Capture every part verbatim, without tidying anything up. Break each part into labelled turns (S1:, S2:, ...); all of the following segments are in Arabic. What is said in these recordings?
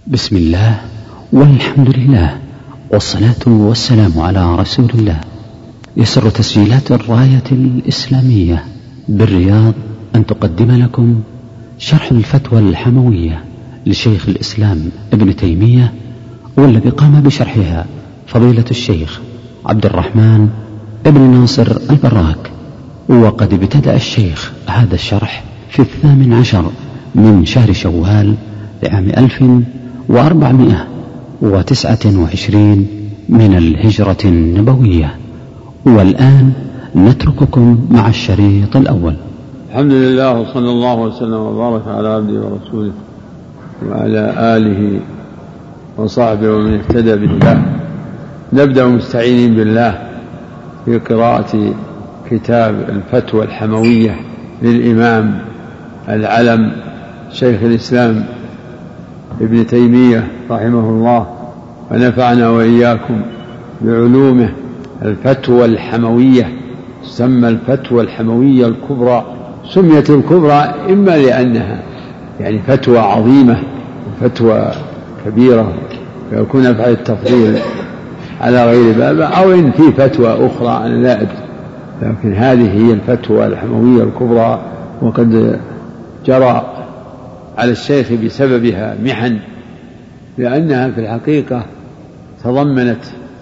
S1: بسم الله والحمد لله والصلاة والسلام على رسول الله. يسر تسجيلات الراية الإسلامية بالرياض أن تقدم لكم شرح الفتوى الحموية لشيخ الإسلام ابن تيمية، والذي قام بشرحها فضيلة الشيخ عبد الرحمن ابن ناصر البراك. وقد ابتدأ الشيخ هذا الشرح في الثامن عشر من شهر شوال لعام ألف وأربعمائة وتسعة وعشرين من الهجرة النبوية. والآن نترككم مع الشريط الأول.
S2: الحمد لله وصلى الله وسلم وبارك على عبده ورسوله وعلى آله وصحبه ومن اهتدى بالله. نبدأ مستعينين بالله في قراءة كتاب الفتوى الحموية للإمام العلم شيخ الإسلام ابن تيمية رحمه الله، ونفعنا وإياكم بعلومه. الفتوى الحموية تسمى الفتوى الحموية الكبرى، سميت الكبرى إما لأنها يعني فتوى عظيمة وفتوى كبيرة فيكون أفعل التفضيل على غير بابه، أو إن في فتوى أخرى أنا لا أدري، لكن هذه هي الفتوى الحموية الكبرى. وقد جرى على الشيخ بسببها محن، لأنها في الحقيقة تضمنت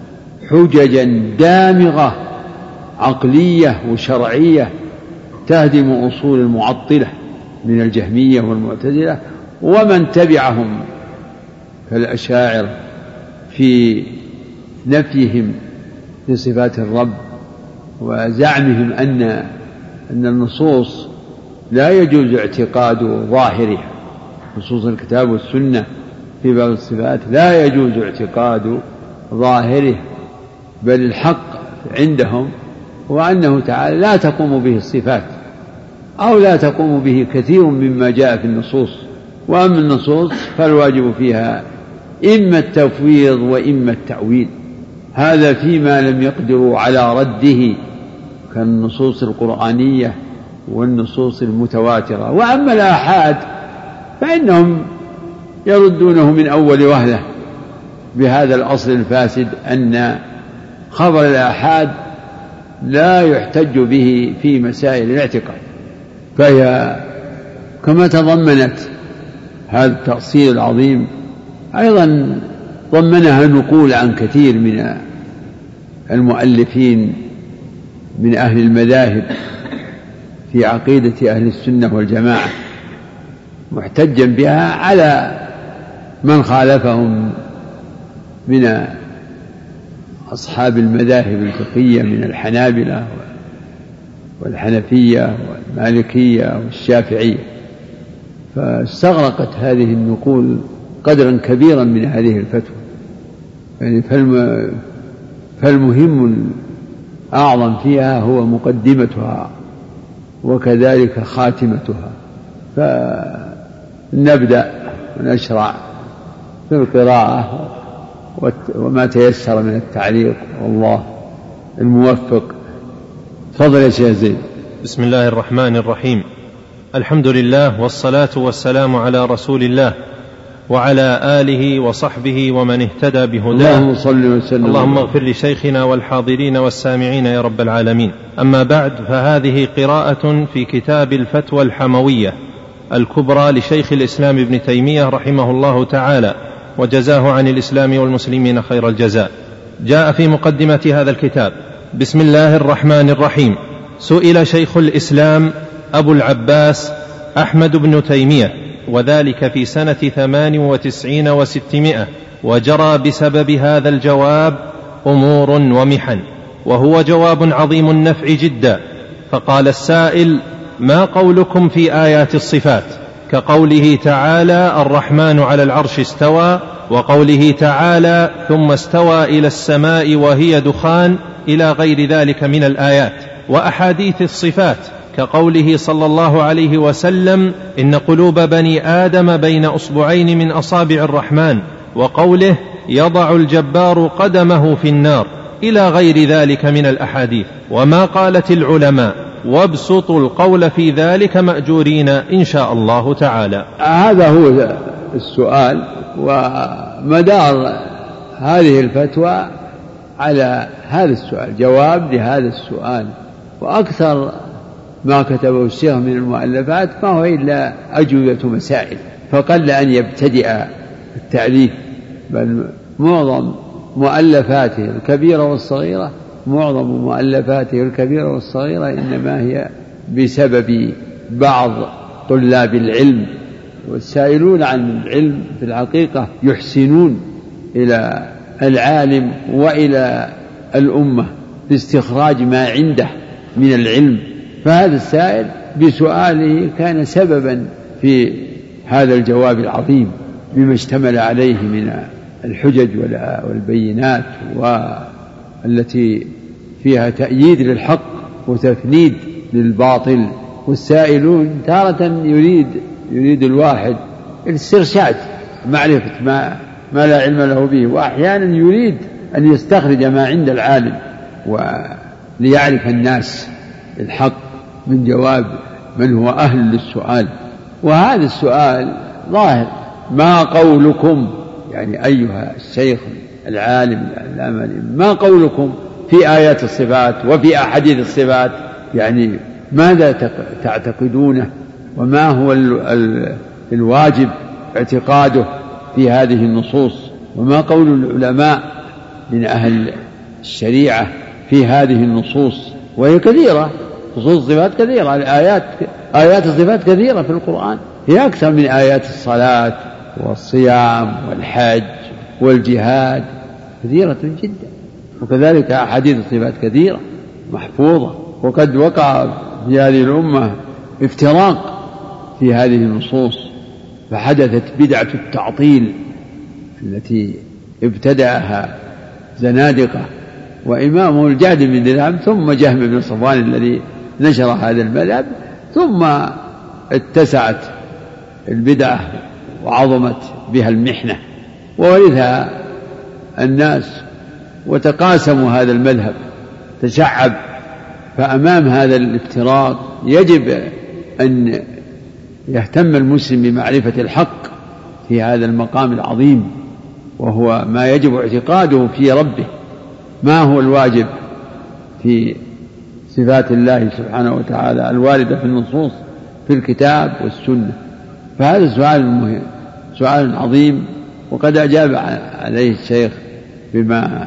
S2: حججا دامغة عقلية وشرعية تهدم أصول المعطلة من الجهمية والمعتزلة ومن تبعهم كالأشاعرة في نفيهم لصفات الرب وزعمهم أن أن النصوص لا يجوز اعتقاد ظاهرها، نصوص الكتاب والسنة في باب الصفات لا يجوز اعتقاد ظاهره، بل الحق عندهم هو أنه تعالى لا تقوم به الصفات أو لا تقوم به كثير مما جاء في النصوص. وأما النصوص فالواجب فيها إما التفويض وإما التأويل، هذا فيما لم يقدروا على رده كالنصوص القرآنية والنصوص المتواترة. وأما الآحاد فإنهم يردونه من أول وهلة بهذا الأصل الفاسد أن خبر الآحاد لا يحتج به في مسائل الاعتقاد، فهي كما تضمنت هذا التأصيل العظيم أيضا ضمنها نقول عن كثير من المؤلفين من أهل المذاهب في عقيدة أهل السنة والجماعة، محتجا بها على من خالفهم من أصحاب المذاهب الفقهية من الحنابلة والحنفية والمالكية والشافعية. فاستغرقت هذه النقول قدرا كبيرا من هذه الفتوى، يعني فالمهم الأعظم فيها هو مقدمتها وكذلك خاتمتها. فنبدأ ونشرع في القراءة وما تيسر من التعليق، والله الموفق. تفضل يا شيخ زين.
S3: بسم الله الرحمن الرحيم. الحمد لله والصلاة والسلام على رسول الله وعلى آله وصحبه ومن اهتدى بهداه.
S2: اللهم صل وسلم.
S3: اللهم اغفر لشيخنا والحاضرين والسامعين يا رب العالمين. أما بعد، فهذه قراءة في كتاب الفتوى الحموية الكبرى لشيخ الإسلام ابن تيمية رحمه الله تعالى وجزاه عن الإسلام والمسلمين خير الجزاء. جاء في مقدمة هذا الكتاب: بسم الله الرحمن الرحيم. سئل شيخ الإسلام أبو العباس أحمد بن تيمية، وذلك في سنة ثمان وتسعين وستمائة، وجرى بسبب هذا الجواب أمور ومحن، وهو جواب عظيم النفع جدا. فقال السائل: ما قولكم في آيات الصفات، كقوله تعالى: الرحمن على العرش استوى، وقوله تعالى: ثم استوى إلى السماء وهي دخان، إلى غير ذلك من الآيات، وأحاديث الصفات كقوله صلى الله عليه وسلم: إن قلوب بني آدم بين أصبعين من أصابع الرحمن، وقوله: يضع الجبار قدمه في النار، إلى غير ذلك من الأحاديث. وما قالت العلماء، وابسطوا القول في ذلك مأجورين إن شاء الله تعالى.
S2: هذا هو السؤال، ومدار هذه الفتوى على هذا السؤال، جواب لهذا السؤال. وأكثر ما كتبه الشيخ من المؤلفات ما هو إلا أجوبة مسائل، فقل أن يبتدئ التأليف، بل معظم مؤلفاته الكبيرة والصغيرة معظم مؤلفاته الكبيرة والصغيرة إنما هي بسبب بعض طلاب العلم، والسائلون عن العلم في الحقيقة يحسنون إلى العالم وإلى الأمة باستخراج ما عنده من العلم، فهذا السائل بسؤاله كان سببا في هذا الجواب العظيم بما اشتمل عليه من الحجج والبينات والتي فيها تأييد للحق وتفنيد للباطل. والسائلون تارة يريد يريد الواحد الاسترشاد معرفة ما, ما لا علم له به، وأحيانا يريد أن يستخرج ما عند العالم وليعرف الناس الحق من جواب من هو أهل للسؤال. وهذا السؤال ظاهر، ما قولكم يعني أيها الشيخ العالم العلامة، ما قولكم في آيات الصفات وفي أحاديث الصفات، يعني ماذا تعتقدونه وما هو الواجب اعتقاده في هذه النصوص، وما قول العلماء من أهل الشريعة في هذه النصوص. وهي كثيرة، نصوص الصفات كثيرة، الآيات آيات الصفات كثيرة في القرآن، هي أكثر من آيات الصلاة والصيام والحج والجهاد، كثيرة جدا. وكذلك أحاديث الصفات كثيرة محفوظة. وقد وقع في هذه الأمة افتراق في هذه النصوص، فحدثت بدعة التعطيل التي ابتدأها زنادقة وإمامه الجعد بن درهم، ثم جهم بن صفوان الذي نشر هذا المذهب، ثم اتسعت البدعة وعظمت بها المحنة وورثها الناس وتقاسموا هذا المذهب تشعب. فأمام هذا الافتراق يجب أن يهتم المسلم بمعرفة الحق في هذا المقام العظيم، وهو ما يجب اعتقاده في ربه، ما هو الواجب في صفات الله سبحانه وتعالى الواردة في النصوص في الكتاب والسنة. فهذا سؤال مهم، سؤال عظيم، وقد أجاب عليه الشيخ بما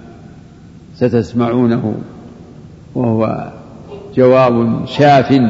S2: ستسمعونه، وهو جواب شاف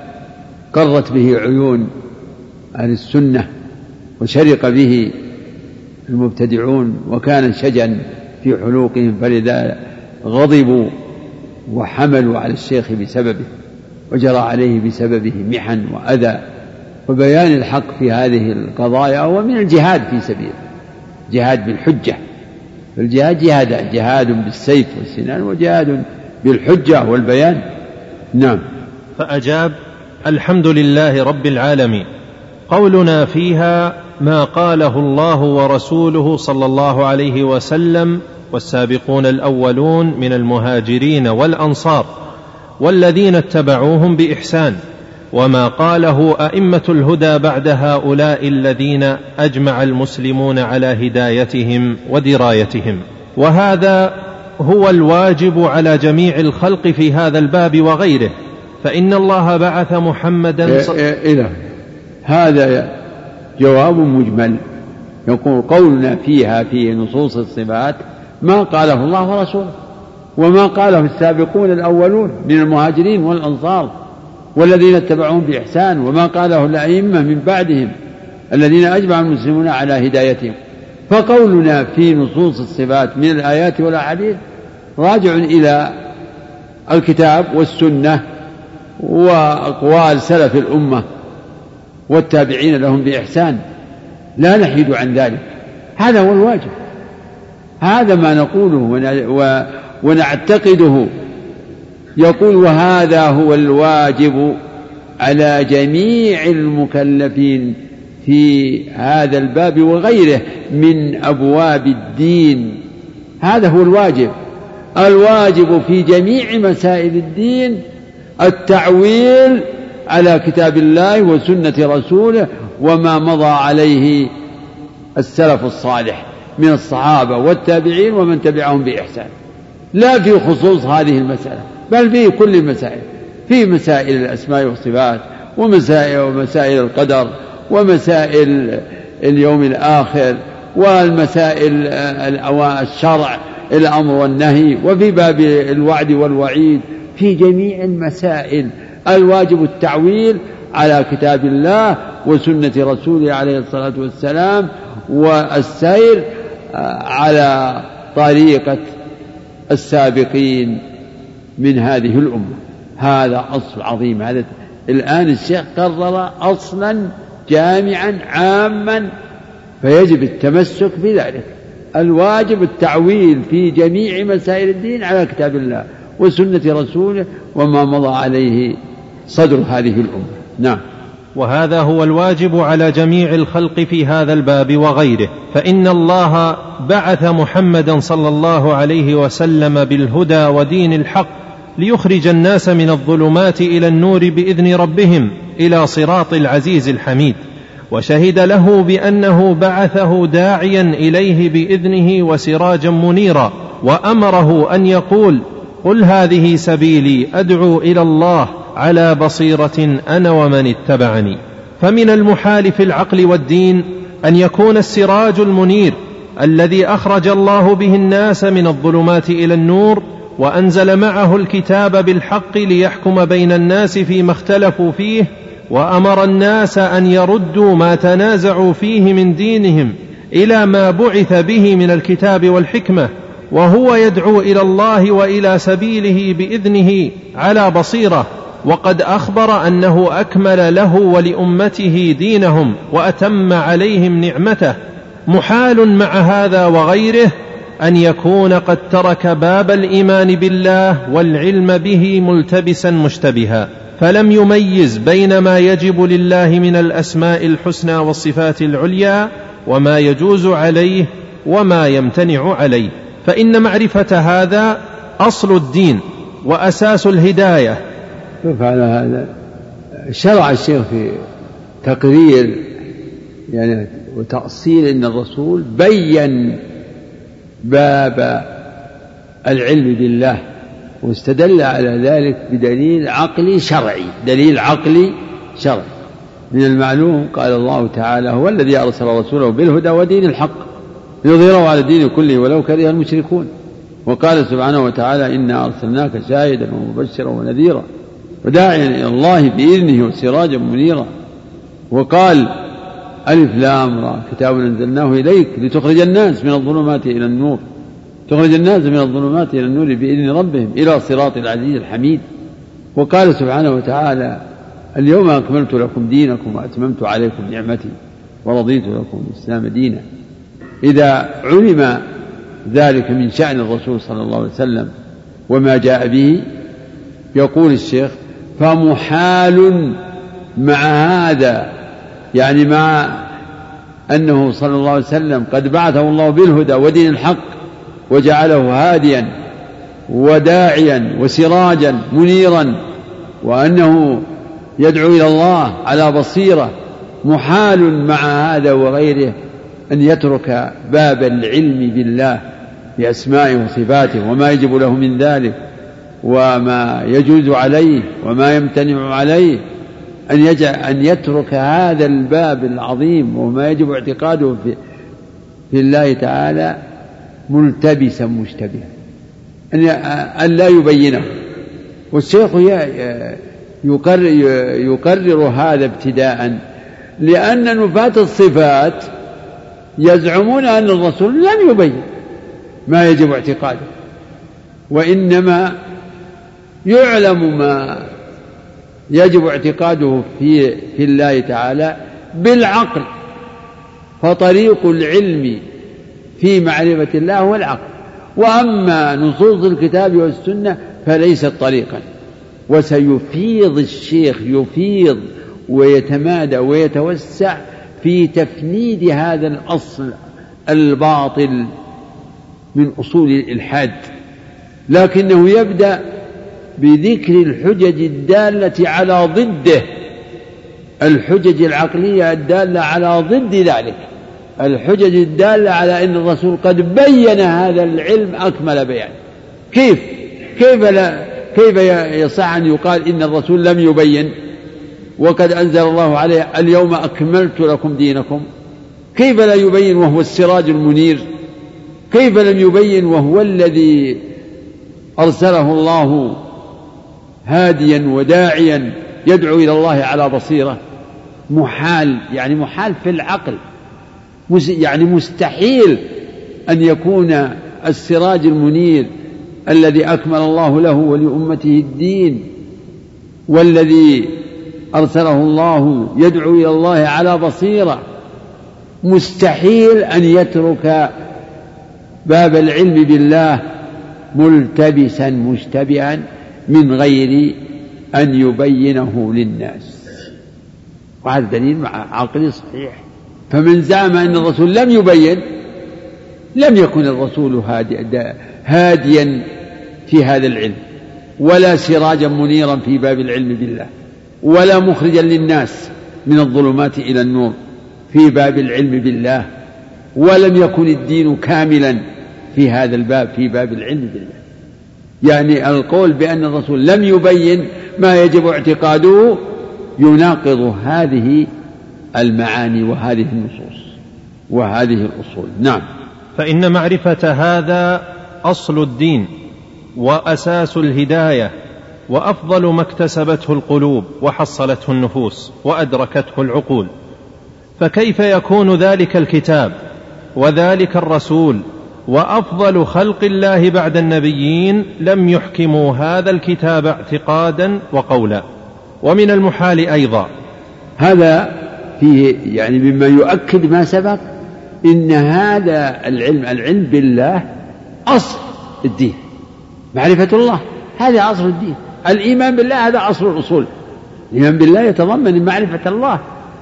S2: قرت به عيون أهل السنة وشرق به المبتدعون، وكان شجا في حلوقهم، فلذا غضبوا وحملوا على الشيخ بسببه، وجرى عليه بسببه محن وأذى. وبيان الحق في هذه القضايا هو من الجهاد في سبيل جهاد بالحجة، فالجهاد جهاد جهاد بالسيف والسنان، وجهاد بالحجة والبيان. نعم.
S3: فأجاب: الحمد لله رب العالمين، قولنا فيها ما قاله الله ورسوله صلى الله عليه وسلم والسابقون الأولون من المهاجرين والأنصار والذين اتبعوهم بإحسان، وما قاله أئمة الهدى بعد هؤلاء الذين أجمع المسلمون على هدايتهم ودرايتهم. وهذا هو الواجب على جميع الخلق في هذا الباب وغيره، فإن الله بعث محمدا ص...
S2: إلى هذا جواب مجمل، يقول قولنا فيها في نصوص الصفات ما قاله الله ورسوله وما قاله السابقون الأولون من المهاجرين والأنصار والذين اتبعوهم بإحسان، وما قاله الأئمة من بعدهم الذين أجمع المسلمون على هدايتهم. فقولنا في نصوص الصفات من الآيات والأحاديث راجع إلى الكتاب والسنة وأقوال سلف الأمة والتابعين لهم بإحسان، لا نحيد عن ذلك. هذا هو الواجب، هذا ما نقوله ونعتقده. يقول: وهذا هو الواجب على جميع المكلفين في هذا الباب وغيره من أبواب الدين. هذا هو الواجب. الواجب في جميع مسائل الدين التعويل على كتاب الله وسنة رسوله وما مضى عليه السلف الصالح من الصحابة والتابعين ومن تبعهم بإحسان، لا في خصوص هذه المسألة بل في كل المسائل، في مسائل الأسماء والصفات ومسائل ومسائل القدر ومسائل اليوم الآخر والمسائل الشرع الأمر والنهي، وفي باب الوعد والوعيد، في جميع المسائل الواجب التعويل على كتاب الله وسنة رسوله عليه الصلاة والسلام، والسير على طريقة السابقين من هذه الأمة. هذا أصل عظيم. هذا الآن الشيخ قرر أصلا جامعا عاما، فيجب التمسك بذلك. الواجب التعويل في جميع مسائل الدين على كتاب الله وسنة رسوله وما مضى عليه صدر هذه الأمة. نعم.
S3: وهذا هو الواجب على جميع الخلق في هذا الباب وغيره، فإن الله بعث محمدا صلى الله عليه وسلم بالهدى ودين الحق ليخرج الناس من الظلمات إلى النور بإذن ربهم إلى صراط العزيز الحميد، وشهد له بأنه بعثه داعيا إليه بإذنه وسراجا منيرا، وأمره أن يقول: قل هذه سبيلي أدعو إلى الله على بصيرة أنا ومن اتبعني. فمن المحال في العقل والدين أن يكون السراج المنير الذي أخرج الله به الناس من الظلمات إلى النور وأنزل معه الكتاب بالحق ليحكم بين الناس فيما اختلفوا فيه، وأمر الناس أن يردوا ما تنازعوا فيه من دينهم إلى ما بعث به من الكتاب والحكمة، وهو يدعو إلى الله وإلى سبيله بإذنه على بصيرة، وقد أخبر أنه أكمل له ولأمته دينهم وأتم عليهم نعمته. محال مع هذا وغيره أن يكون قد ترك باب الإيمان بالله والعلم به ملتبسا مشتبها، فلم يميز بين ما يجب لله من الأسماء الحسنى والصفات العليا وما يجوز عليه وما يمتنع عليه، فإن معرفة هذا أصل الدين وأساس الهداية.
S2: فعلى هذا شرع الشيخ في تقرير يعني وتأصيل أن الرسول بين باب العلم بالله، واستدل على ذلك بدليل عقلي شرعي. دليل عقلي شرعي من المعلوم قال الله تعالى: هو الذي أرسل رسوله بالهدى ودين الحق ليظهره على الدين كله ولو كره المشركون. وقال سبحانه وتعالى: إنا أرسلناك شاهدا ومبشرا ونذيرا وداعيا إلى الله بإذنه وسراجا منيرا. وقال: ألف لام را كتاب أنزلناه إليك لتخرج الناس من الظلمات إلى النور تخرج الناس من الظلمات إلى النور بإذن ربهم إلى صراط العزيز الحميد. وقال سبحانه وتعالى: اليوم أكملت لكم دينكم وأتممت عليكم نعمتي ورضيت لكم الإسلام دينا. إذا علم ذلك من شأن الرسول صلى الله عليه وسلم وما جاء به، يقول الشيخ: فمحال مع هذا، يعني مع أنه صلى الله عليه وسلم قد بعثه الله بالهدى ودين الحق وجعله هاديا وداعيا وسراجا منيرا، وأنه يدعو إلى الله على بصيرة، محال مع هذا وغيره أن يترك باب العلم بالله بأسمائه وصفاته وما يجب له من ذلك وما يجوز عليه وما يمتنع عليه، أن, يجعل أن يترك هذا الباب العظيم وما يجب اعتقاده في, في الله تعالى ملتبسا مشتبها، أن, أن لا يبينه. والشيخ يقرر, يقرر هذا ابتداء، لأن نفاة الصفات يزعمون أن الرسول لم يبين ما يجب اعتقاده، وإنما يعلم ما يجب اعتقاده في, في الله تعالى بالعقل، فطريق العلم في معرفة الله هو العقل، وأما نصوص الكتاب والسنة فليست طريقا. وسيفيض الشيخ يفيض ويتمادى ويتوسع في تفنيد هذا الأصل الباطل من أصول الإلحاد، لكنه يبدأ بذكر الحجج الدالة على ضده، الحجج العقلية الدالة على ضد ذلك، الحجج الدالة على أن الرسول قد بين هذا العلم أكمل بيان. كيف كيف لا كيف يصح أن يقال إن الرسول لم يبين وقد أنزل الله عليه اليوم أكملت لكم دينكم؟ كيف لا يبين وهو السراج المنير؟ كيف لم يبين وهو الذي أرسله الله هاديا وداعيا يدعو إلى الله على بصيرة؟ محال، يعني محال في العقل، يعني مستحيل أن يكون السراج المنير الذي أكمل الله له ولأمته الدين والذي أرسله الله يدعو إلى الله على بصيرة، مستحيل أن يترك باب العلم بالله ملتبسا مشتبها من غير أن يبينه للناس. وهذا دليل مع عقلي صحيح. فمن زعم أن الرسول لم يبين لم يكن الرسول هادي هاديا في هذا العلم، ولا سراجا منيرا في باب العلم بالله، ولا مخرجا للناس من الظلمات إلى النور في باب العلم بالله، ولم يكن الدين كاملا في هذا الباب في باب العلم بالله. يعني القول بأن الرسول لم يبين ما يجب اعتقاده يناقض هذه المعاني وهذه النصوص وهذه الأصول. نعم.
S3: فإن معرفة هذا أصل الدين وأساس الهداية وأفضل ما اكتسبته القلوب وحصلته النفوس وأدركته العقول. فكيف يكون ذلك الكتاب وذلك الرسول وأفضل خلق الله بعد النبيين لم يحكموا هذا الكتاب اعتقادا وقولا؟ ومن المحال أيضا
S2: هذا فيه يعني مما يؤكد ما سبق، إن هذا العلم العلم بالله أصل الدين، معرفة الله هذا أصل الدين. الإيمان بالله هذا أصل الأصول. الإيمان بالله يتضمن معرفة الله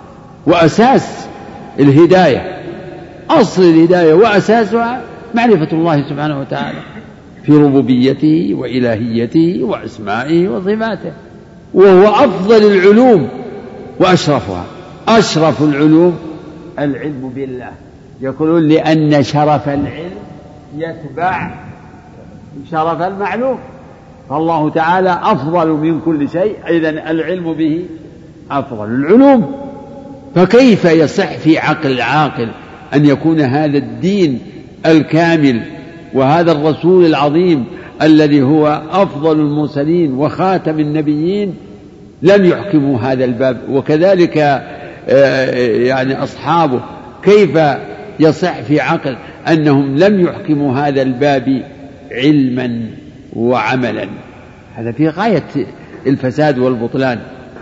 S2: وأساس الهداية، أصل الهداية وأساسها معرفة الله سبحانه وتعالى في ربوبيته وإلهيته وأسمائه وصفاته، وهو أفضل العلوم وأشرفها. أشرف العلوم العلم بالله. يقولون لأن شرف العلم يتبع شرف المعلوم، فالله تعالى أفضل من كل شيء، إذن العلم به أفضل العلوم. فكيف يصح في عقل العاقل أن يكون هذا الدين الكامل وهذا الرسول العظيم الذي هو أفضل المرسلين وخاتم النبيين لم يحكموا هذا الباب؟ وكذلك يعني أصحابه كيف يصح في عقل أنهم لم يحكموا هذا الباب علما وعملا؟ هذا في غاية الفساد والبطلان،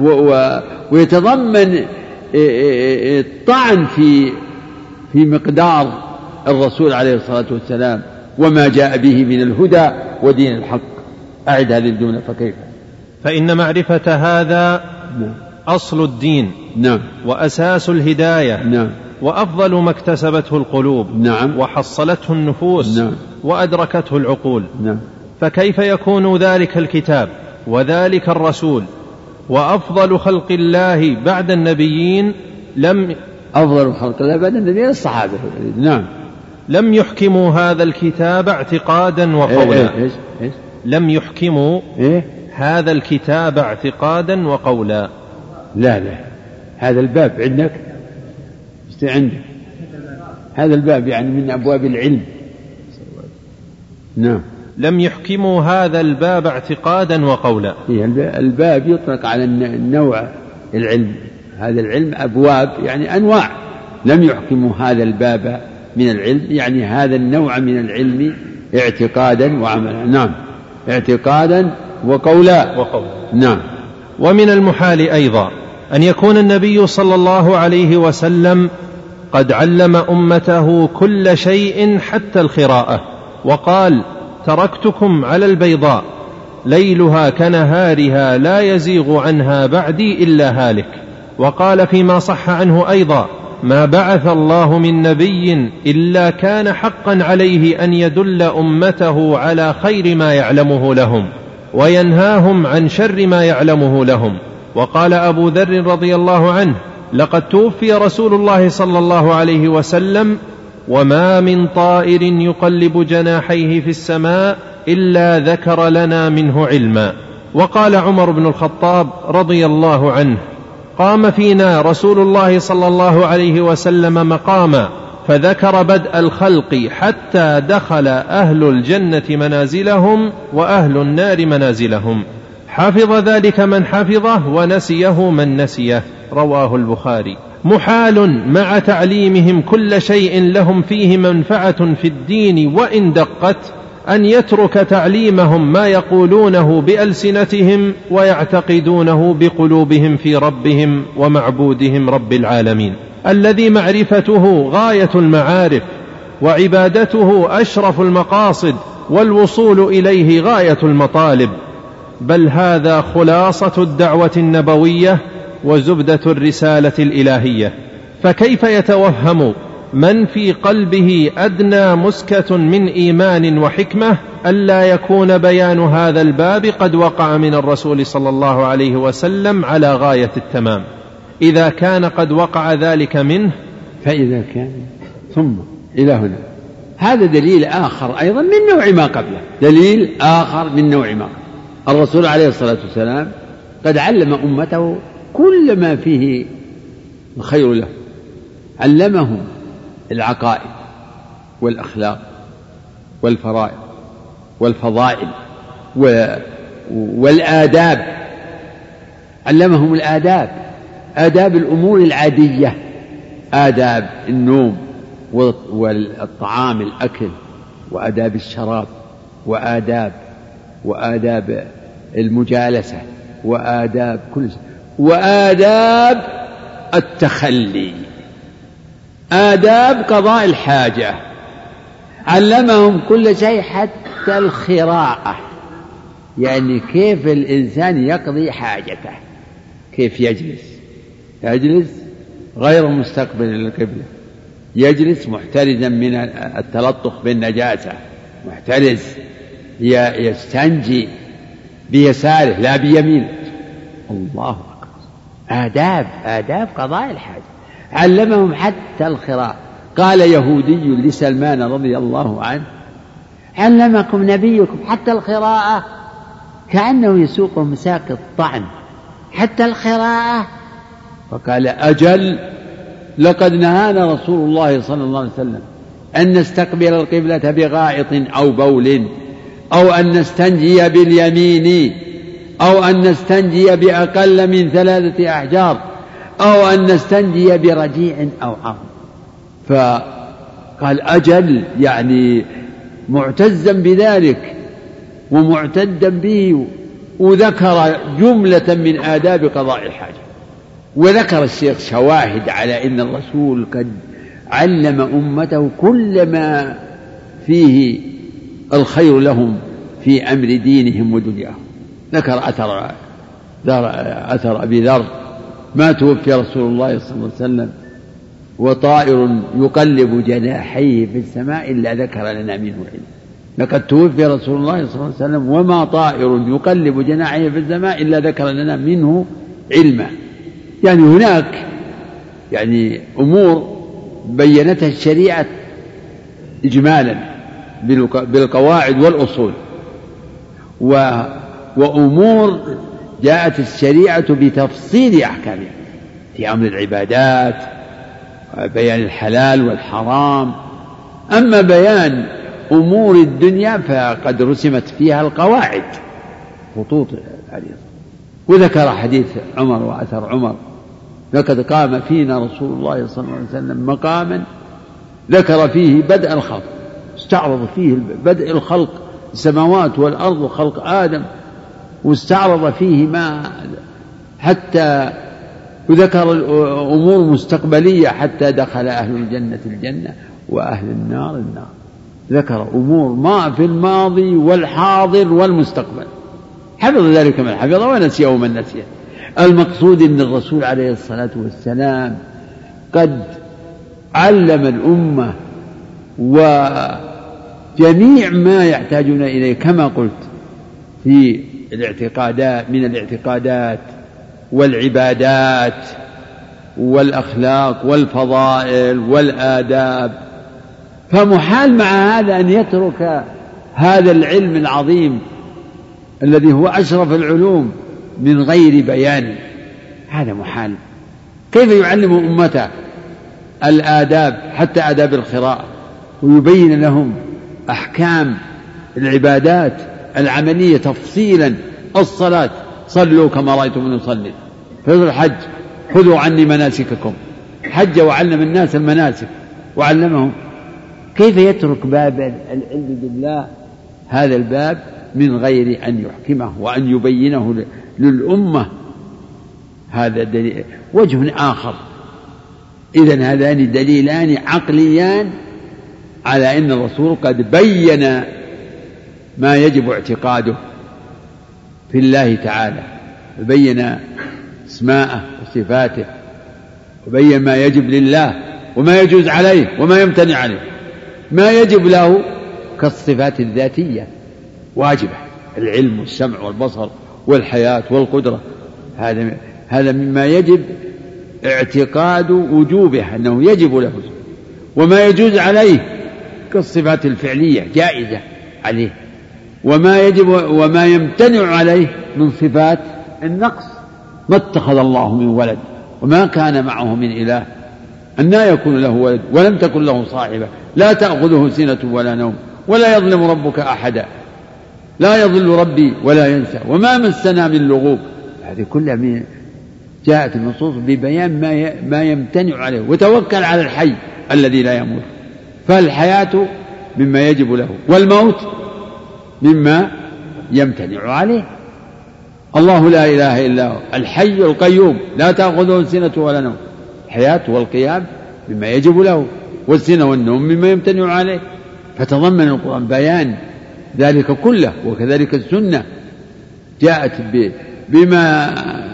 S2: ويتضمن الطعن في في مقدار الرسول عليه الصلاة والسلام وما جاء به من الهدى ودين الحق. أعد هذه الجملة. فكيف؟
S3: فإن معرفة هذا أصل الدين
S2: نعم.
S3: وأساس الهداية
S2: نعم.
S3: وأفضل ما اكتسبته القلوب
S2: نعم.
S3: وحصلته النفوس
S2: نعم.
S3: وأدركته العقول.
S2: نعم.
S3: فكيف يكون ذلك الكتاب وذلك الرسول وأفضل خلق الله بعد النبيين لم
S2: أفضل خلق الله بعد النبيين الصحابة نعم
S3: لم يحكموا هذا الكتاب اعتقادا وقولا؟
S2: إيه إيه إيه؟
S3: لم يحكموا
S2: إيه؟
S3: هذا الكتاب اعتقادا وقولا.
S2: لا لا، هذا الباب عندك عندك هذا الباب يعني من أبواب العلم. نعم.
S3: لم يحكموا هذا الباب اعتقادا وقولا.
S2: إيه الباب يطلق على النوع العلم، هذا العلم أبواب يعني أنواع. لم يحكموا هذا الباب من العلم يعني هذا النوع من العلم اعتقادا وعملا. نعم. اعتقادا وقولا.
S3: وقولا.
S2: نعم.
S3: ومن المحال أيضا أن يكون النبي صلى الله عليه وسلم قد علم أمته كل شيء حتى القراءة، وقال: تركتكم على البيضاء ليلها كنهارها لا يزيغ عنها بعدي إلا هالك. وقال فيما صح عنه أيضا: ما بعث الله من نبي إلا كان حقا عليه أن يدل أمته على خير ما يعلمه لهم وينهاهم عن شر ما يعلمه لهم. وقال أبو ذر رضي الله عنه: لقد توفي رسول الله صلى الله عليه وسلم وما من طائر يقلب جناحيه في السماء إلا ذكر لنا منه علما. وقال عمر بن الخطاب رضي الله عنه: قام فينا رسول الله صلى الله عليه وسلم مقاما فذكر بدء الخلق حتى دخل أهل الجنة منازلهم وأهل النار منازلهم، حفظ ذلك من حفظه ونسيه من نسيه. رواه البخاري. محال مع تعليمهم كل شيء لهم فيه منفعة في الدين وإن دقت أن يترك تعليمهم ما يقولونه بألسنتهم ويعتقدونه بقلوبهم في ربهم ومعبودهم رب العالمين، الذي معرفته غاية المعارف وعبادته أشرف المقاصد والوصول إليه غاية المطالب، بل هذا خلاصة الدعوة النبوية وزبدة الرسالة الإلهية. فكيف يتوهم من في قلبه أدنى مسكة من إيمان وحكمة ألا يكون بيان هذا الباب قد وقع من الرسول صلى الله عليه وسلم على غاية التمام، إذا كان قد وقع ذلك منه؟
S2: فإذا كان ثم إلى هنا هذا دليل آخر أيضا من نوع ما قبله، دليل آخر من نوع ما قبله. الرسول عليه الصلاة والسلام قد علم أمته كل ما فيه الخير له، علمهم العقائد والأخلاق والفرائض والفضائل والآداب، علمهم الآداب، آداب الأمور العادية، آداب النوم والطعام الأكل، وآداب الشراب، وآداب وآداب المجالسة، وآداب كل شيء، وآداب التخلي، آداب قضاء الحاجة، علمهم كل شيء حتى الخراءة، يعني كيف الإنسان يقضي حاجته، كيف يجلس يجلس غير مستقبل للقبلة، يجلس محترزا من التلطخ بالنجاسة، محترز، يستنجي بيساره لا بيمينه. الله أكبر، آداب آداب قضاء الحاجة، علمهم حتى الخراء. قال يهودي لسلمان رضي الله عنه: علمكم نبيكم حتى الخراءة، كأنه يسوق مساق الطعن، حتى الخراءة. فقال: أجل، لقد نهانا رسول الله صلى الله عليه وسلم أن نستقبل القبلة بغائط أو بول، أو أن نستنجي باليمين، أو أن نستنجي بأقل من ثلاثة أحجار، أو أن نستنجي برجيع أو عظم. فقال أجل، يعني معتزا بذلك ومعتدا به، وذكر جملة من آداب قضاء الحاجة. وذكر الشيخ شواهد على أن الرسول قد علم أمته كل ما فيه الخير لهم في أمر دينهم ودنياهم. ذكر أثر أثر أبي ذر: ما توفي رسول الله صلى الله عليه وسلم وطائر يقلب جناحيه في السماء إلا ذكر لنا منه علم. لقد توفي رسول الله صلى الله عليه وسلم وما طائر يقلب جناحيه في السماء إلا ذكر لنا منه علما. يعني هناك يعني أمور بينتها الشريعة إجمالا بالقواعد والأصول، وأمور جاءت الشريعة بتفصيل أحكامها في أمر العبادات، بيان الحلال والحرام. أما بيان أمور الدنيا فقد رسمت فيها القواعد، خطوط عليها. وذكر حديث عمر وأثر عمر: لقد قام فينا رسول الله صلى الله عليه وسلم مقاما ذكر فيه بدء الخلق، استعرض فيه بدء الخلق، السماوات والأرض وخلق آدم، واستعرض فيه ما حتى وذكر أمور مستقبلية حتى دخل أهل الجنة الجنة وأهل النار النار. ذكر أمور ما في الماضي والحاضر والمستقبل، حفظ ذلك من حفظ ونسيه من نسيه. المقصود أن الرسول عليه الصلاة والسلام قد علم الأمة وجميع ما يحتاجون إليه، كما قلت في الاعتقادات، من الاعتقادات والعبادات والأخلاق والفضائل والآداب، فمحال مع هذا أن يترك هذا العلم العظيم الذي هو أشرف العلوم من غير بيان. هذا محال. كيف يعلم أمته الآداب حتى آداب القراءة ويبين لهم أحكام العبادات العملية تفصيلا؟ الصلاة صلوا كما رأيتم نصلي، في الحج خذوا عني مناسككم، حج وعلم الناس المناسك وعلمهم. كيف يترك باب العلم بالله هذا الباب من غير أن يحكمه وأن يبينه للأمة؟ هذا دليل. وجه آخر، إذن هذان دليلان عقليان على أن الرسول قد بين ما يجب اعتقاده في الله تعالى، بين اسماءه وصفاته، وبين ما يجب لله وما يجوز عليه وما يمتنع عليه. ما يجب له كالصفات الذاتية واجبة، العلم والسمع والبصر والحياة والقدرة، هذا هذا مما يجب اعتقاد وجوبه أنه يجب له. وما يجوز عليه كالصفات الفعلية جائزة عليه. وما يجب وما يمتنع عليه من صفات النقص. ما اتخذ الله من ولد وما كان معه من إله، أنى يكون له ولد ولم تكن له صاحبة، لا تأخذه سنة ولا نوم ولا يظلم ربك أحدا، لا يضل ربي ولا ينسى وما مسنا من لغوب. هذه كلها من جاءت النصوص ببيان ما ما يمتنع عليه. وتوكل على الحي الذي لا يموت، فالحياة مما يجب له والموت مما يمتنع عليه. الله لا إله إلا هو الحي القيوم لا تأخذه سنة ولا نوم، الحياة والقيام مما يجب له، والسنة والنوم مما يمتنع عليه. فتضمن القرآن بيان ذلك كله. وكذلك السنة جاءت بما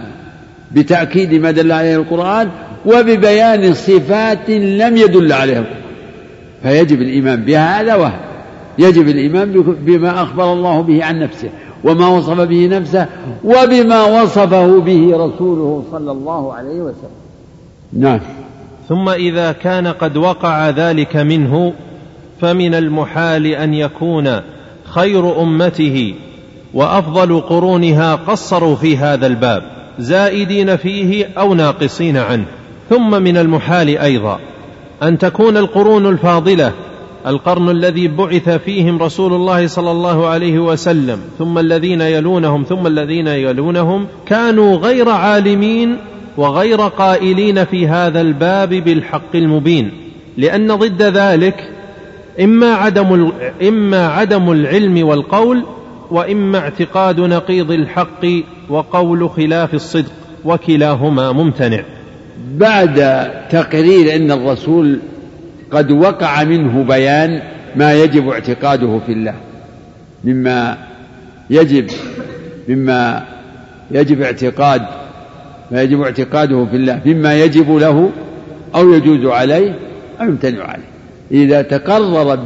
S2: بتأكيد ما دل عليه القرآن وببيان صفات لم يدل عليها القرآن. فيجب الإيمان بهذا وهذا. يجب الإيمان بما أخبر الله به عن نفسه وما وصف به نفسه وبما وصفه به رسوله صلى الله عليه وسلم. نعم.
S3: ثم إذا كان قد وقع ذلك منه فمن المحال أن يكون خير أمته وأفضل قرونها قصروا في هذا الباب زائدين فيه أو ناقصين عنه. ثم من المحال أيضا أن تكون القرون الفاضلة، القرن الذي بعث فيهم رسول الله صلى الله عليه وسلم ثم الذين يلونهم ثم الذين يلونهم، كانوا غير عالمين وغير قائلين في هذا الباب بالحق المبين، لأن ضد ذلك إما عدم, إما عدم العلم والقول، وإما اعتقاد نقيض الحق وقول خلاف الصدق، وكلاهما ممتنع.
S2: بعد تقرير أن الرسول قد وقع منه بيان ما يجب اعتقاده في الله مما يجب مما يجب اعتقاد ما يجب اعتقاده في الله مما يجب له أو يجوز عليه أو يمتنع عليه، إذا تقرر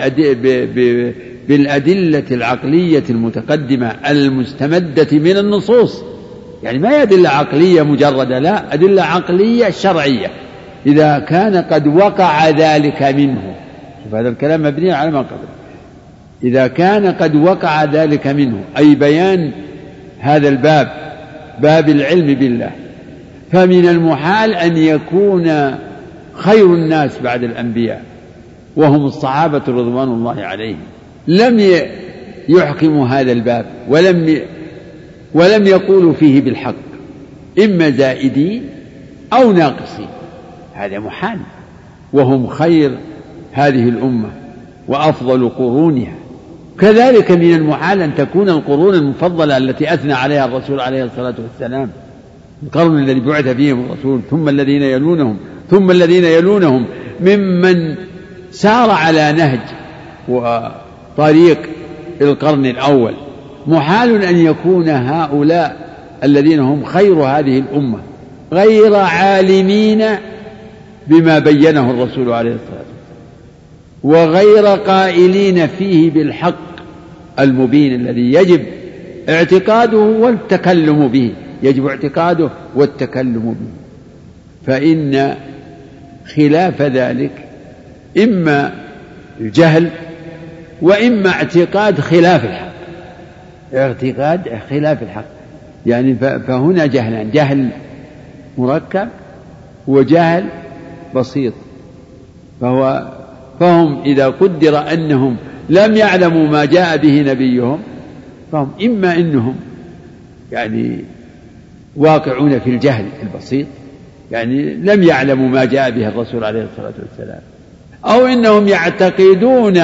S2: بالأدلة العقلية المتقدمة المستمدة من النصوص، يعني ما هي أدلة عقلية مجردة، لا، أدلة عقلية شرعية. إذا كان قد وقع ذلك منه، فهذا الكلام مبني على ما قبل، إذا كان قد وقع ذلك منه أي بيان هذا الباب، باب العلم بالله، فمن المحال أن يكون خير الناس بعد الأنبياء وهم الصحابة رضوان الله عليهم لم يحكموا هذا الباب ولم ولم يقولوا فيه بالحق، إما زائدين أو ناقصين، هذا محال، وهم خير هذه الأمة وأفضل قرونها. كذلك من المحال أن تكون القرون المفضلة التي أثنى عليها الرسول عليه الصلاة والسلام، القرن الذي بعث فيهم الرسول ثم الذين يلونهم ثم الذين يلونهم ممن سار على نهج وطريق القرن الأول، محال أن يكون هؤلاء الذين هم خير هذه الأمة غير عالمين بما بينه الرسول عليه الصلاة والسلام وغير قائلين فيه بالحق المبين الذي يجب اعتقاده والتكلم به، يجب اعتقاده والتكلم به. فإن خلاف ذلك إما الجهل وإما اعتقاد خلاف الحق، اعتقاد خلاف الحق، يعني فهنا جهلان، جهل مركب وجهل بسيط. فهو فهم إذا قدر أنهم لم يعلموا ما جاء به نبيهم فهم إما أنهم يعني واقعون في الجهل البسيط، يعني لم يعلموا ما جاء به الرسول عليه الصلاة والسلام، أو إنهم يعتقدون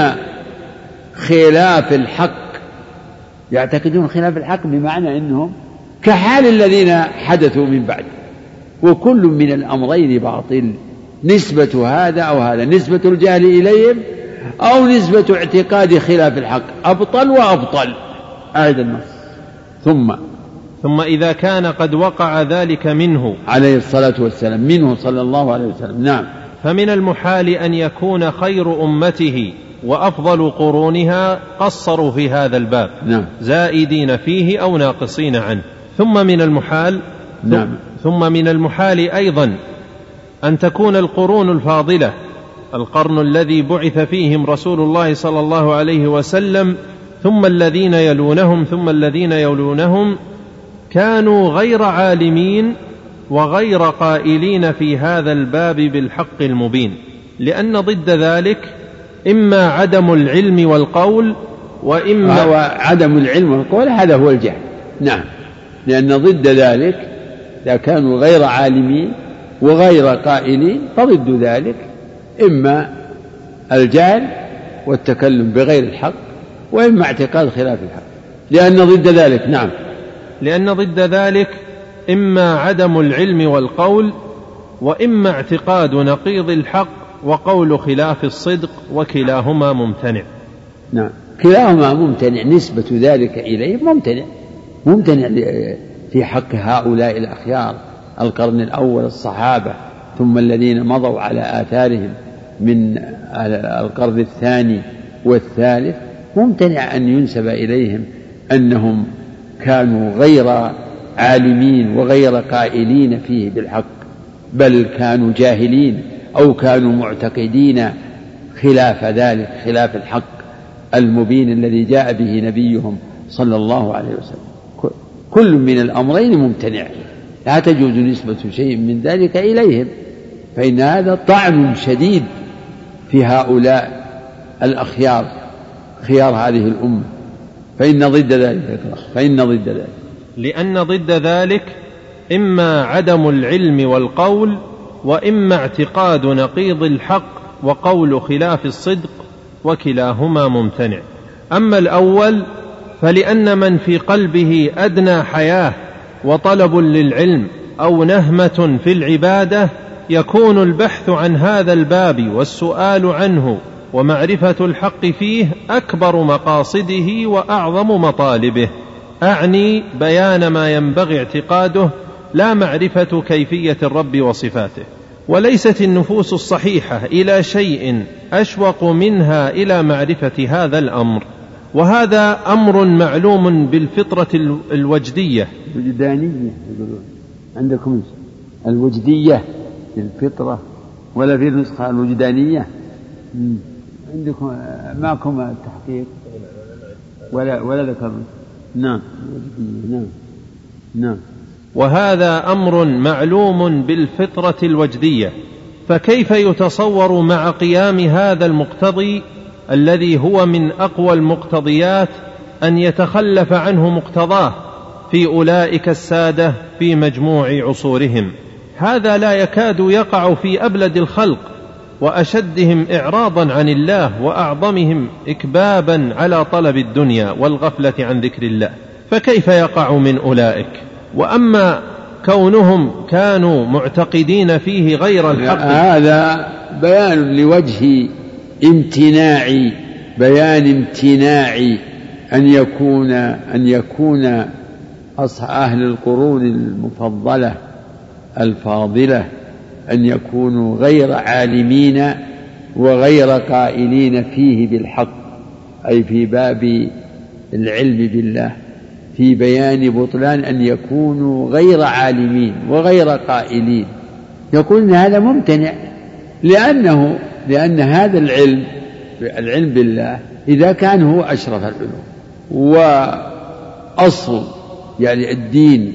S2: خلاف الحق، يعتقدون خلاف الحق بمعنى أنهم كحال الذين حدثوا من بعد، وكل من الأمرين باطل، نسبة هذا أو هذا، نسبة الجهل إليهم أو نسبة اعتقاد خلاف الحق، أبطل وأبطل. أعد النص. ثم
S3: ثم إذا كان قد وقع ذلك منه
S2: عليه الصلاة والسلام، منه صلى الله عليه وسلم، نعم،
S3: فمن المحال أن يكون خير أمته وأفضل قرونها قصروا في هذا الباب،
S2: نعم،
S3: زائدين فيه أو ناقصين عنه. ثم من المحال
S2: نعم.
S3: ثم من المحال أيضا أن تكون القرون الفاضلة، القرن الذي بعث فيهم رسول الله صلى الله عليه وسلم ثم الذين يلونهم ثم الذين يلونهم، كانوا غير عالمين وغير قائلين في هذا الباب بالحق المبين، لأن ضد ذلك إما عدم العلم والقول وإما
S2: هو عدم العلم والقول، هذا هو الجهل، نعم، لأن ضد ذلك إذا كانوا غير عالمين وغير قائلين فضد ذلك إما الجهل والتكلم بغير الحق وإما اعتقاد خلاف الحق، لأن ضد ذلك نعم
S3: لأن ضد ذلك إما عدم العلم والقول وإما اعتقاد نقيض الحق وقول خلاف الصدق، وكلاهما ممتنع.
S2: نعم، كلاهما ممتنع، نسبة ذلك إليه ممتنع، ممتنع في حق هؤلاء الأخيار القرن الأول الصحابة، ثم الذين مضوا على آثارهم من القرن الثاني والثالث، ممتنع أن ينسب إليهم أنهم كانوا غير عالمين وغير قائلين فيه بالحق، بل كانوا جاهلين أو كانوا معتقدين خلاف ذلك، خلاف الحق المبين الذي جاء به نبيهم صلى الله عليه وسلم. كل من الأمرين ممتنع، لا تجوز نسبة شيء من ذلك إليهم، فإن هذا طعن شديد في هؤلاء الأخيار، خيار هذه الأمة، فإن ضد ذلك فإن ضد ذلك
S3: لأن ضد ذلك إما عدم العلم والقول وإما اعتقاد نقيض الحق وقول خلاف الصدق، وكلاهما ممتنع. أما الأول فلأن من في قلبه أدنى حياة وطلب للعلم أو نهمة في العبادة يكون البحث عن هذا الباب والسؤال عنه ومعرفة الحق فيه أكبر مقاصده وأعظم مطالبه، أعني بيان ما ينبغي اعتقاده لا معرفة كيفية الرب وصفاته. وليست النفوس الصحيحة إلى شيء أشوق منها إلى معرفة هذا الأمر، وهذا أمر معلوم بالفطرة الوجدية
S2: الوجدانية، عندكم الوجدية الفطرة ولا في النسخة الوجدانية؟ عندكم معكم التحقيق ولا ولا ذكر؟ نعم نعم نعم.
S3: وهذا أمر معلوم بالفطرة الوجدية، فكيف يتصور مع قيام هذا المقتضي الذي هو من أقوى المقتضيات أن يتخلف عنه مقتضاه في أولئك السادة في مجموع عصورهم؟ هذا لا يكاد يقع في أبلد الخلق وأشدهم إعراضا عن الله وأعظمهم إكبابا على طلب الدنيا والغفلة عن ذكر الله، فكيف يقع من أولئك؟ وأما كونهم كانوا معتقدين فيه غير الحق،
S2: هذا بيان لوجه امتناع بيان امتناع أن يكون أن يكون أهل القرون المفضلة الفاضلة أن يكونوا غير عالمين وغير قائلين فيه بالحق، أي في باب العلم بالله، في بيان بطلان أن يكونوا غير عالمين وغير قائلين يقول إن هذا ممتنع، لأنه لأن هذا العلم العلم بالله إذا كان هو أشرف العلوم وأصل يعني الدين،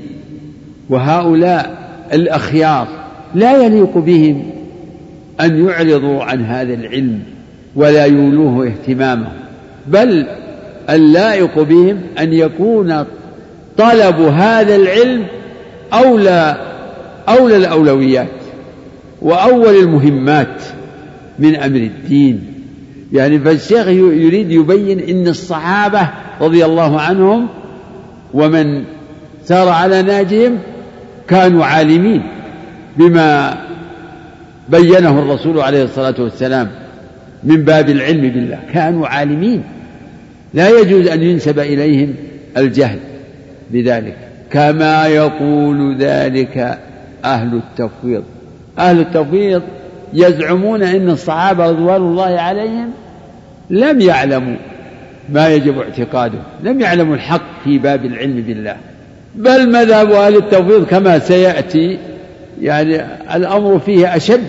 S2: وهؤلاء الأخيار لا يليق بهم أن يعرضوا عن هذا العلم ولا يولوه اهتمامه، بل اللائق بهم أن يكون طلب هذا العلم أولى أولى الأولويات وأول المهمات من أمر الدين. يعني فالشيخ يريد يبين إن الصحابة رضي الله عنهم ومن سار على نهجهم كانوا عالمين بما بينه الرسول عليه الصلاة والسلام من باب العلم بالله، كانوا عالمين لا يجوز أن ينسب إليهم الجهل بذلك، كما يقول ذلك أهل التفويض. أهل التفويض يزعمون أن الصحابة رضوان الله عليهم لم يعلموا ما يجب اعتقاده، لم يعلموا الحق في باب العلم بالله، بل مذهب أهل التفويض كما سيأتي يعني الأمر فيه أشد،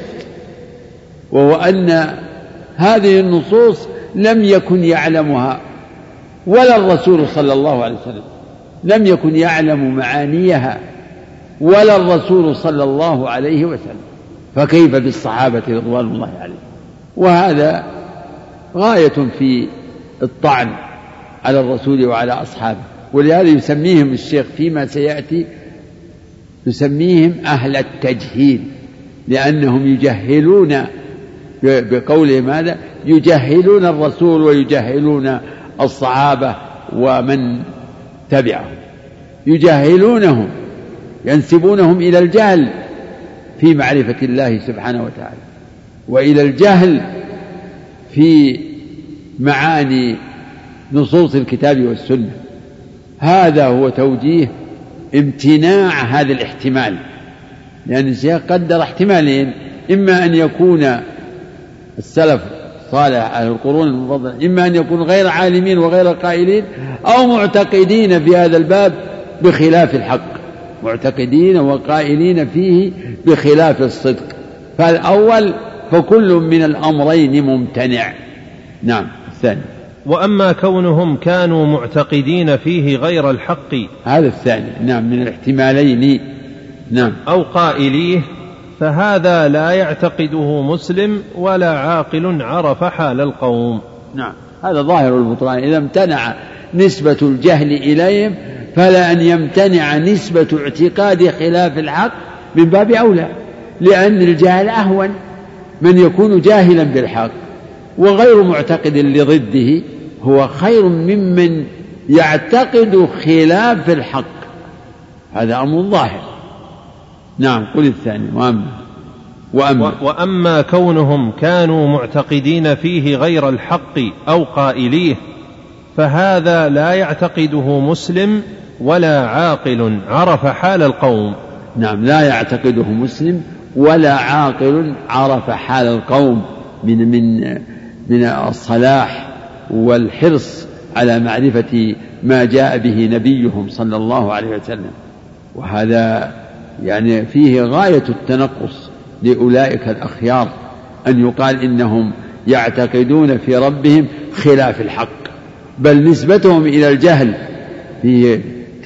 S2: وهو أن هذه النصوص لم يكن يعلمها ولا الرسول صلى الله عليه وسلم، لم يكن يعلم معانيها ولا الرسول صلى الله عليه وسلم، فكيف بالصحابة رضوان الله عليهم؟ وهذا غاية في الطعن على الرسول وعلى أصحابه، ولهذا يسميهم الشيخ فيما سيأتي يسميهم أهل التجهيل، لأنهم يجهلون بقولهم هذا، يجهلون الرسول ويجهلون الصحابة ومن تبعهم، يجهلونهم ينسبونهم إلى الجهل في معرفة الله سبحانه وتعالى، وإلى الجهل في معاني نصوص الكتاب والسنة. هذا هو توجيه امتناع هذا الاحتمال، لأن الشيخ قدر احتمالين: إما أن يكون السلف صالح أهل القرون المفضلة، إما أن يكونوا غير عالمين وغير قائلين، أو معتقدين في هذا الباب بخلاف الحق، معتقدين وقائلين فيه بخلاف الصدق. فالأول فكل من الأمرين ممتنع. نعم. الثاني:
S3: وأما كونهم كانوا معتقدين فيه غير الحق،
S2: هذا الثاني. نعم، من الاحتمالين. نعم.
S3: أو قائليه، فهذا لا يعتقده مسلم ولا عاقل عرف حال القوم.
S2: نعم، هذا ظاهر البطلان. إذا امتنع نسبة الجهل إليهم فلا أن يمتنع نسبة اعتقاد خلاف الحق من باب أولى، لأن الجهل أهون، من يكون جاهلا بالحق وغير معتقد لضده هو خير ممن يعتقد خلاف الحق، هذا أمر ظاهر. نعم. قل الثاني: وأما وأما,
S3: وأما كونهم كانوا معتقدين فيه غير الحق أو قائليه، فهذا لا يعتقده مسلم ولا عاقل عرف حال القوم.
S2: نعم، لا يعتقده مسلم ولا عاقل عرف حال القوم من من من الصلاح والحرص على معرفة ما جاء به نبيهم صلى الله عليه وسلم. وهذا يعني فيه غاية التنقص لأولئك الأخيار، أن يقال إنهم يعتقدون في ربهم خلاف الحق، بل نسبتهم إلى الجهل فيه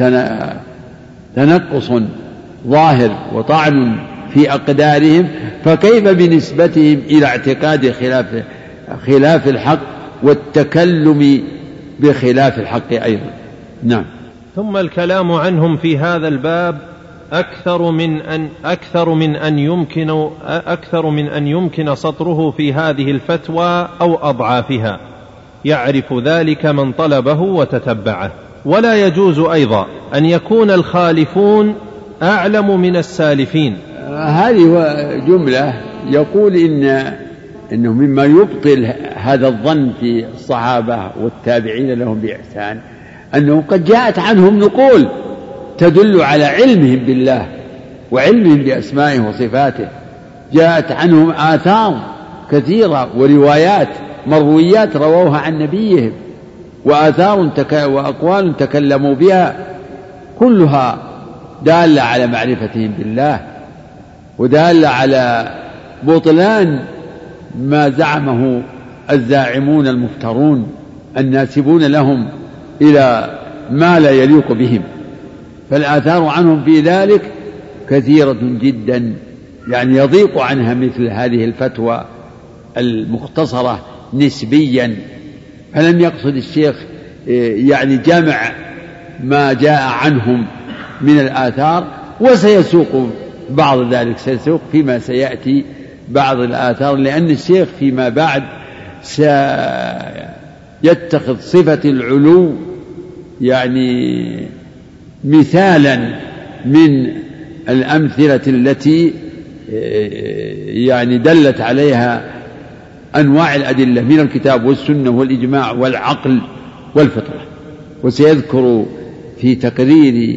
S2: تنقص ظاهر وطعن في أقدارهم، فكيف بنسبتهم إلى اعتقاد خلاف خلاف الحق والتكلم بخلاف الحق أيضا. نعم.
S3: ثم الكلام عنهم في هذا الباب أكثر من أن أكثر من أن يمكن أكثر من أن يمكن سطره في هذه الفتوى أو أضعافها، يعرف ذلك من طلبه وتتبعه. ولا يجوز أيضا أن يكون الخالفون أعلم من السالفين.
S2: هذه جملة يقول إن إنه مما يبطل هذا الظن في الصحابة والتابعين لهم بإحسان أنه قد جاءت عنهم نقول تدل على علمهم بالله وعلمهم بأسمائه وصفاته، جاءت عنهم آثار كثيرة وروايات مرويات رووها عن نبيهم، وآثار تك... وأقوال تكلموا بها، كلها دالة على معرفتهم بالله ودال على بطلان ما زعمه الزاعمون المفترون الناسبون لهم إلى ما لا يليق بهم. فالآثار عنهم في ذلك كثيرة جدا، يعني يضيق عنها مثل هذه الفتوى المختصرة نسبيا. فلم يقصد الشيخ يعني جمع ما جاء عنهم من الآثار، وسيسوق بعض ذلك، سيسوق فيما سيأتي بعض الآثار، لأن الشيخ فيما بعد سيتخذ صفة العلو يعني مثالا من الأمثلة التي يعني دلت عليها أنواع الأدلة من الكتاب والسنة والإجماع والعقل والفطرة. وسيذكر في تقرير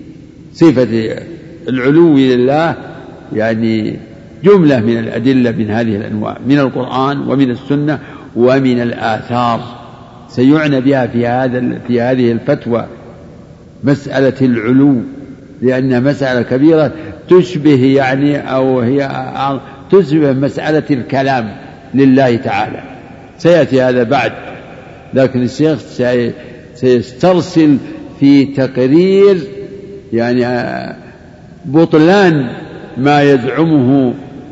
S2: صفة العلو لله يعني جملة من الأدلة من هذه الأنواع من القرآن ومن السنة ومن الآثار، سيعنى بها في هذا في هذه الفتوى مسألة العلو، لأنها مسألة كبيرة تشبه يعني أو هي تشبه مسألة الكلام لله تعالى. سيأتي هذا بعد، لكن الشيخ سيسترسل في تقرير يعني بطلان ما يزعمه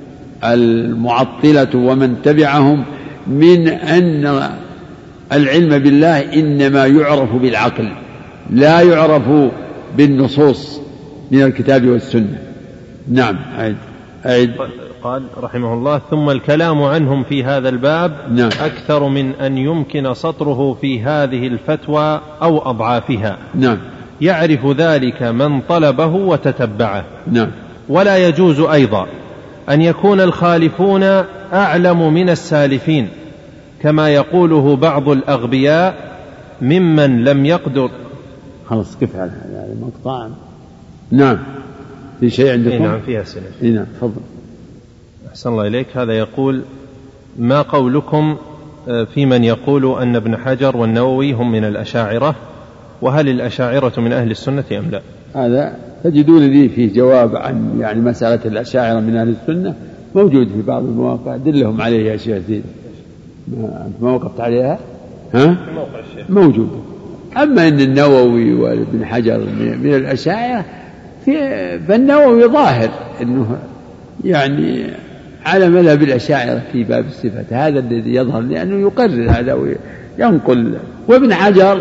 S2: المعطلة ومن تبعهم من أن العلم بالله إنما يعرف بالعقل لا يعرف بالنصوص من الكتاب والسنة. نعم. أعد. أعد.
S3: قال رحمه الله: ثم الكلام عنهم في هذا الباب
S2: نعم.
S3: أكثر من أن يمكن سطره في هذه الفتوى أو أضعافها.
S2: نعم.
S3: يعرف ذلك من طلبه وتتبعه.
S2: نعم.
S3: ولا يجوز أيضا أن يكون الخالفون أعلم من السالفين كما يقوله بعض الأغبياء ممن لم يقدر.
S2: خلاص كيف على هذا المقطع؟ نعم. في شيء عندكم؟
S3: نعم فيها سنة.
S2: نعم تفضل.
S3: أحسن الله إليك. هذا يقول: ما قولكم في من يقول أن ابن حجر والنووي هم من الأشاعرة، وهل الأشاعرة من أهل السنة أم لا؟
S2: هذا تجدون لي فيه جواب عن يعني مسألة الأشاعرة من أهل السنة، موجود في بعض المواقع، دلهم عليه يا شيخ زيد. أنت ما وقفت عليها؟ ها؟ موجود. أما أن النووي وابن حجر من الأشاعرة، فالنووي ظاهر أنه يعني على مذهب الأشاعرة في باب الصفات، هذا الذي يظهر لأنه يقرر هذا وينقل. وابن حجر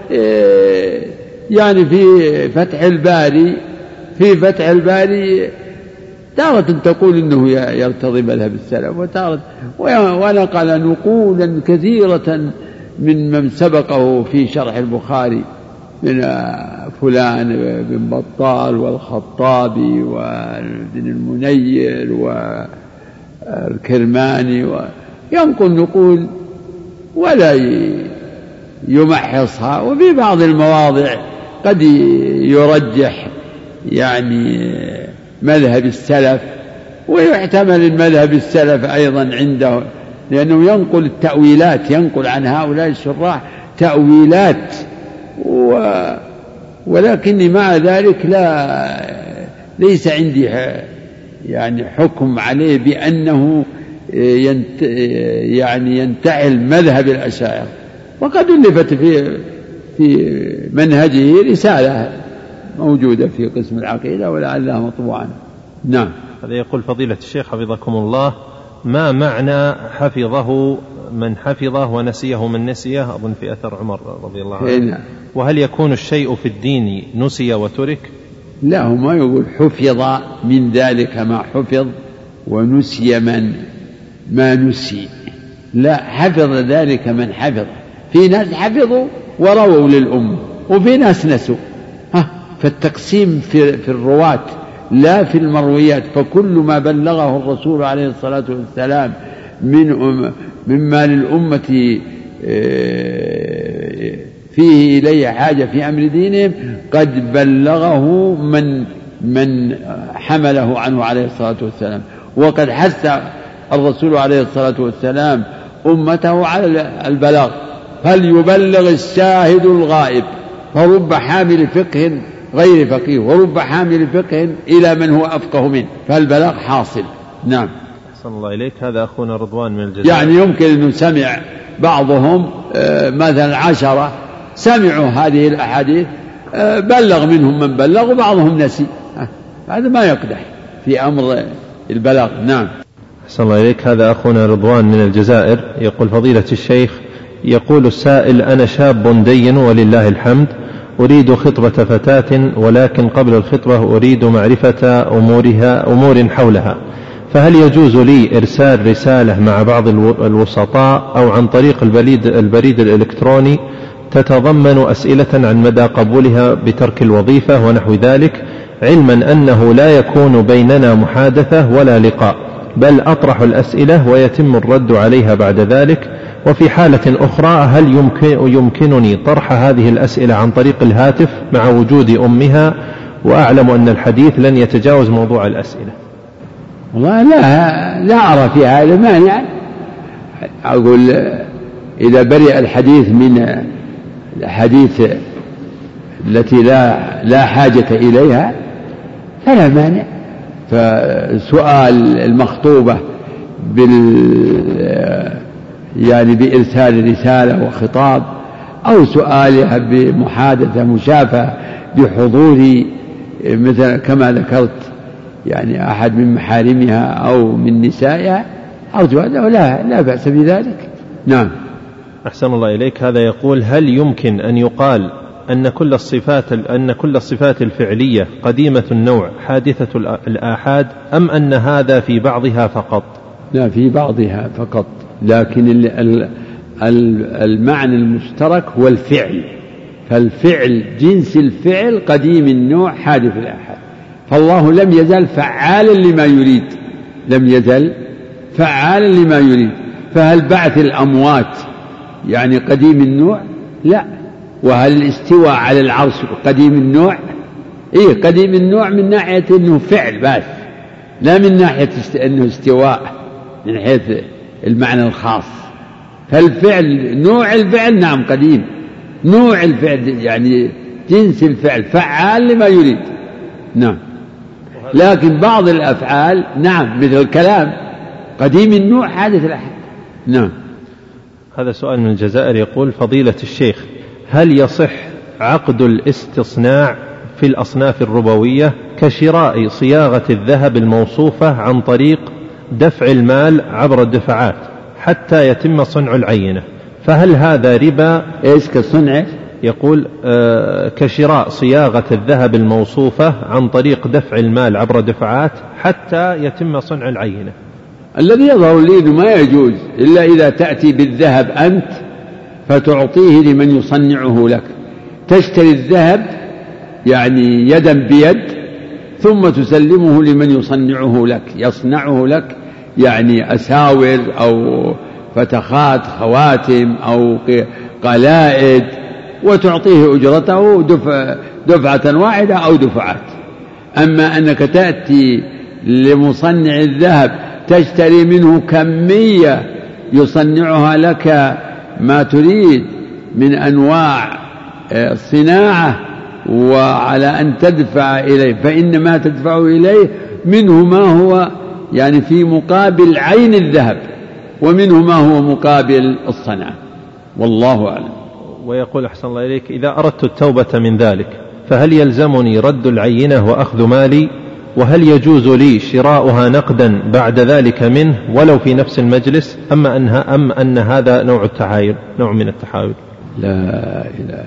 S2: يعني في فتح الباري في فتح الباري تارة تقول إنه يرتضي مذهب السلف، وتارة ونقل نقولا كثيرة من من سبقه في شرح البخاري من فلان بن بطال والخطابي وابن المنير والكرماني، وينقل نقول ولا يمحصها. وفي بعض المواضع قد يرجح يعني مذهب السلف، ويحتمل المذهب السلف أيضا عنده، لأنه ينقل التأويلات، ينقل عن هؤلاء الشراح تأويلات، و ولكني مع ذلك لا ليس عندي يعني حكم عليه بأنه ينت يعني ينتعل مذهب الأشاعرة. وقد ألفت في في منهجه رسالة موجودة في قسم العقيدة ولعلها مطبوعة. نعم.
S3: هذا يقول فضيلة الشيخ حفظكم الله: ما معنى حفظه من حفظه ونسيه من نسيه؟ أظن في أثر عمر رضي الله عنه. وهل يكون الشيء في الدين نسي وترك؟
S2: لا، هو ما يقول حفظ من ذلك ما حفظ ونسي من ما نسي، لا، حفظ ذلك من حفظ. في ناس حفظوا ورووا للأمة، وفي ناس نسوا. ها، فالتقسيم في, في الرواة لا في المرويات. فكل ما بلغه الرسول عليه الصلاة والسلام من مما للأمة فيه إليه حاجة في أمر دينهم قد بلغه من من حمله عنه عليه الصلاة والسلام. وقد حث الرسول عليه الصلاة والسلام أمته على البلاغ، فليبلغ الشاهد الغائب. فرب حامل فقه غير فقيه، ورب حامل فقه إلى من هو أفقه منه، فالبلاغ حاصل. نعم.
S3: أحسن الله إليك. هذا أخونا رضوان من الجزائر.
S2: يعني يمكن أنه سمع بعضهم مثلا عشرة سمعوا هذه الأحاديث، بلغ منهم من بلغ وبعضهم نسي، هذا ما يقدح في أمر البلاغ. نعم.
S3: أحسن الله إليك. هذا أخونا رضوان من الجزائر يقول: فضيلة الشيخ، يقول السائل: أنا شاب دين ولله الحمد، أريد خطبة فتاة، ولكن قبل الخطبة أريد معرفة أمورها أمور حولها، فهل يجوز لي إرسال رسالة مع بعض الوسطاء أو عن طريق البريد, البريد الإلكتروني تتضمن أسئلة عن مدى قبولها بترك الوظيفة ونحو ذلك، علما أنه لا يكون بيننا محادثة ولا لقاء، بل أطرح الأسئلة ويتم الرد عليها بعد ذلك؟ وفي حالة أخرى هل يمكن يمكنني طرح هذه الأسئلة عن طريق الهاتف مع وجود أمها، وأعلم أن الحديث لن يتجاوز موضوع الأسئلة؟
S2: والله لا, لا أرى في هذا مانع. أقول إذا برئ الحديث من الحديث التي لا, لا حاجة إليها فلا مانع. فسؤال المخطوبة بال يعني بإرسال رسالة وخطاب، أو سؤالها بمحادثة مشافهة بحضور مثل كما ذكرت يعني أحد من محارمها أو من نسائها أو لا لا بأس بذلك. نعم.
S3: أحسن الله إليك. هذا يقول: هل يمكن أن يقال أن كل الصفات أن كل الصفات الفعلية قديمة النوع حادثة الآحاد، أم أن هذا في بعضها فقط؟
S2: لا، في بعضها فقط، لكن المعنى المشترك هو الفعل، فالفعل جنس الفعل قديم النوع حادث الآحاد، فالله لم يزل فعالا لما يريد، لم يزل فعالا لما يريد. فهل بعث الأموات يعني قديم النوع؟ لا. وهل الاستواء على العرش قديم النوع؟ إيه، قديم النوع من ناحية أنه فعل بس، لا من ناحية أنه استواء من حيث المعنى الخاص. فالفعل نوع الفعل نعم قديم، نوع الفعل يعني جنس الفعل فعال لما يريد. نعم. لكن بعض الأفعال نعم مثل الكلام قديم النوع حادث الأحد. نعم.
S3: هذا سؤال من الجزائر يقول: فضيلة الشيخ، هل يصح عقد الاستصناع في الأصناف الربوية كشراء صياغة الذهب الموصوفة عن طريق دفع المال عبر الدفعات حتى يتم صنع العينة، فهل هذا ربا؟
S2: إيش كصنع؟
S3: يقول آه كشراء صياغة الذهب الموصوفة عن طريق دفع المال عبر دفعات حتى يتم صنع العينة.
S2: الذي يظهر لي أنه ما يجوز إلا إذا تأتي بالذهب أنت فتعطيه لمن يصنعه لك، تشتري الذهب يعني يدا بيد ثم تسلمه لمن يصنعه لك، يصنعه لك يعني أساور أو فتخات خواتم أو قلائد، وتعطيه أجرته دفع دفعة واحدة أو دفعات. أما أنك تأتي لمصنع الذهب تشتري منه كمية يصنعها لك ما تريد من أنواع الصناعة، وعلى أن تدفع إليه، فإنما تدفع إليه منه ما هو يعني في مقابل عين الذهب، ومنه ما هو مقابل الصنعة، والله أعلم.
S3: ويقول: أحسن الله إليك، إذا أردت التوبة من ذلك فهل يلزمني رد العينة وأخذ مالي؟ وهل يجوز لي شراؤها نقدا بعد ذلك منه ولو في نفس المجلس، أما أنها أم أن هذا نوع التحايل نوع من التحايل؟
S2: لا إله إلا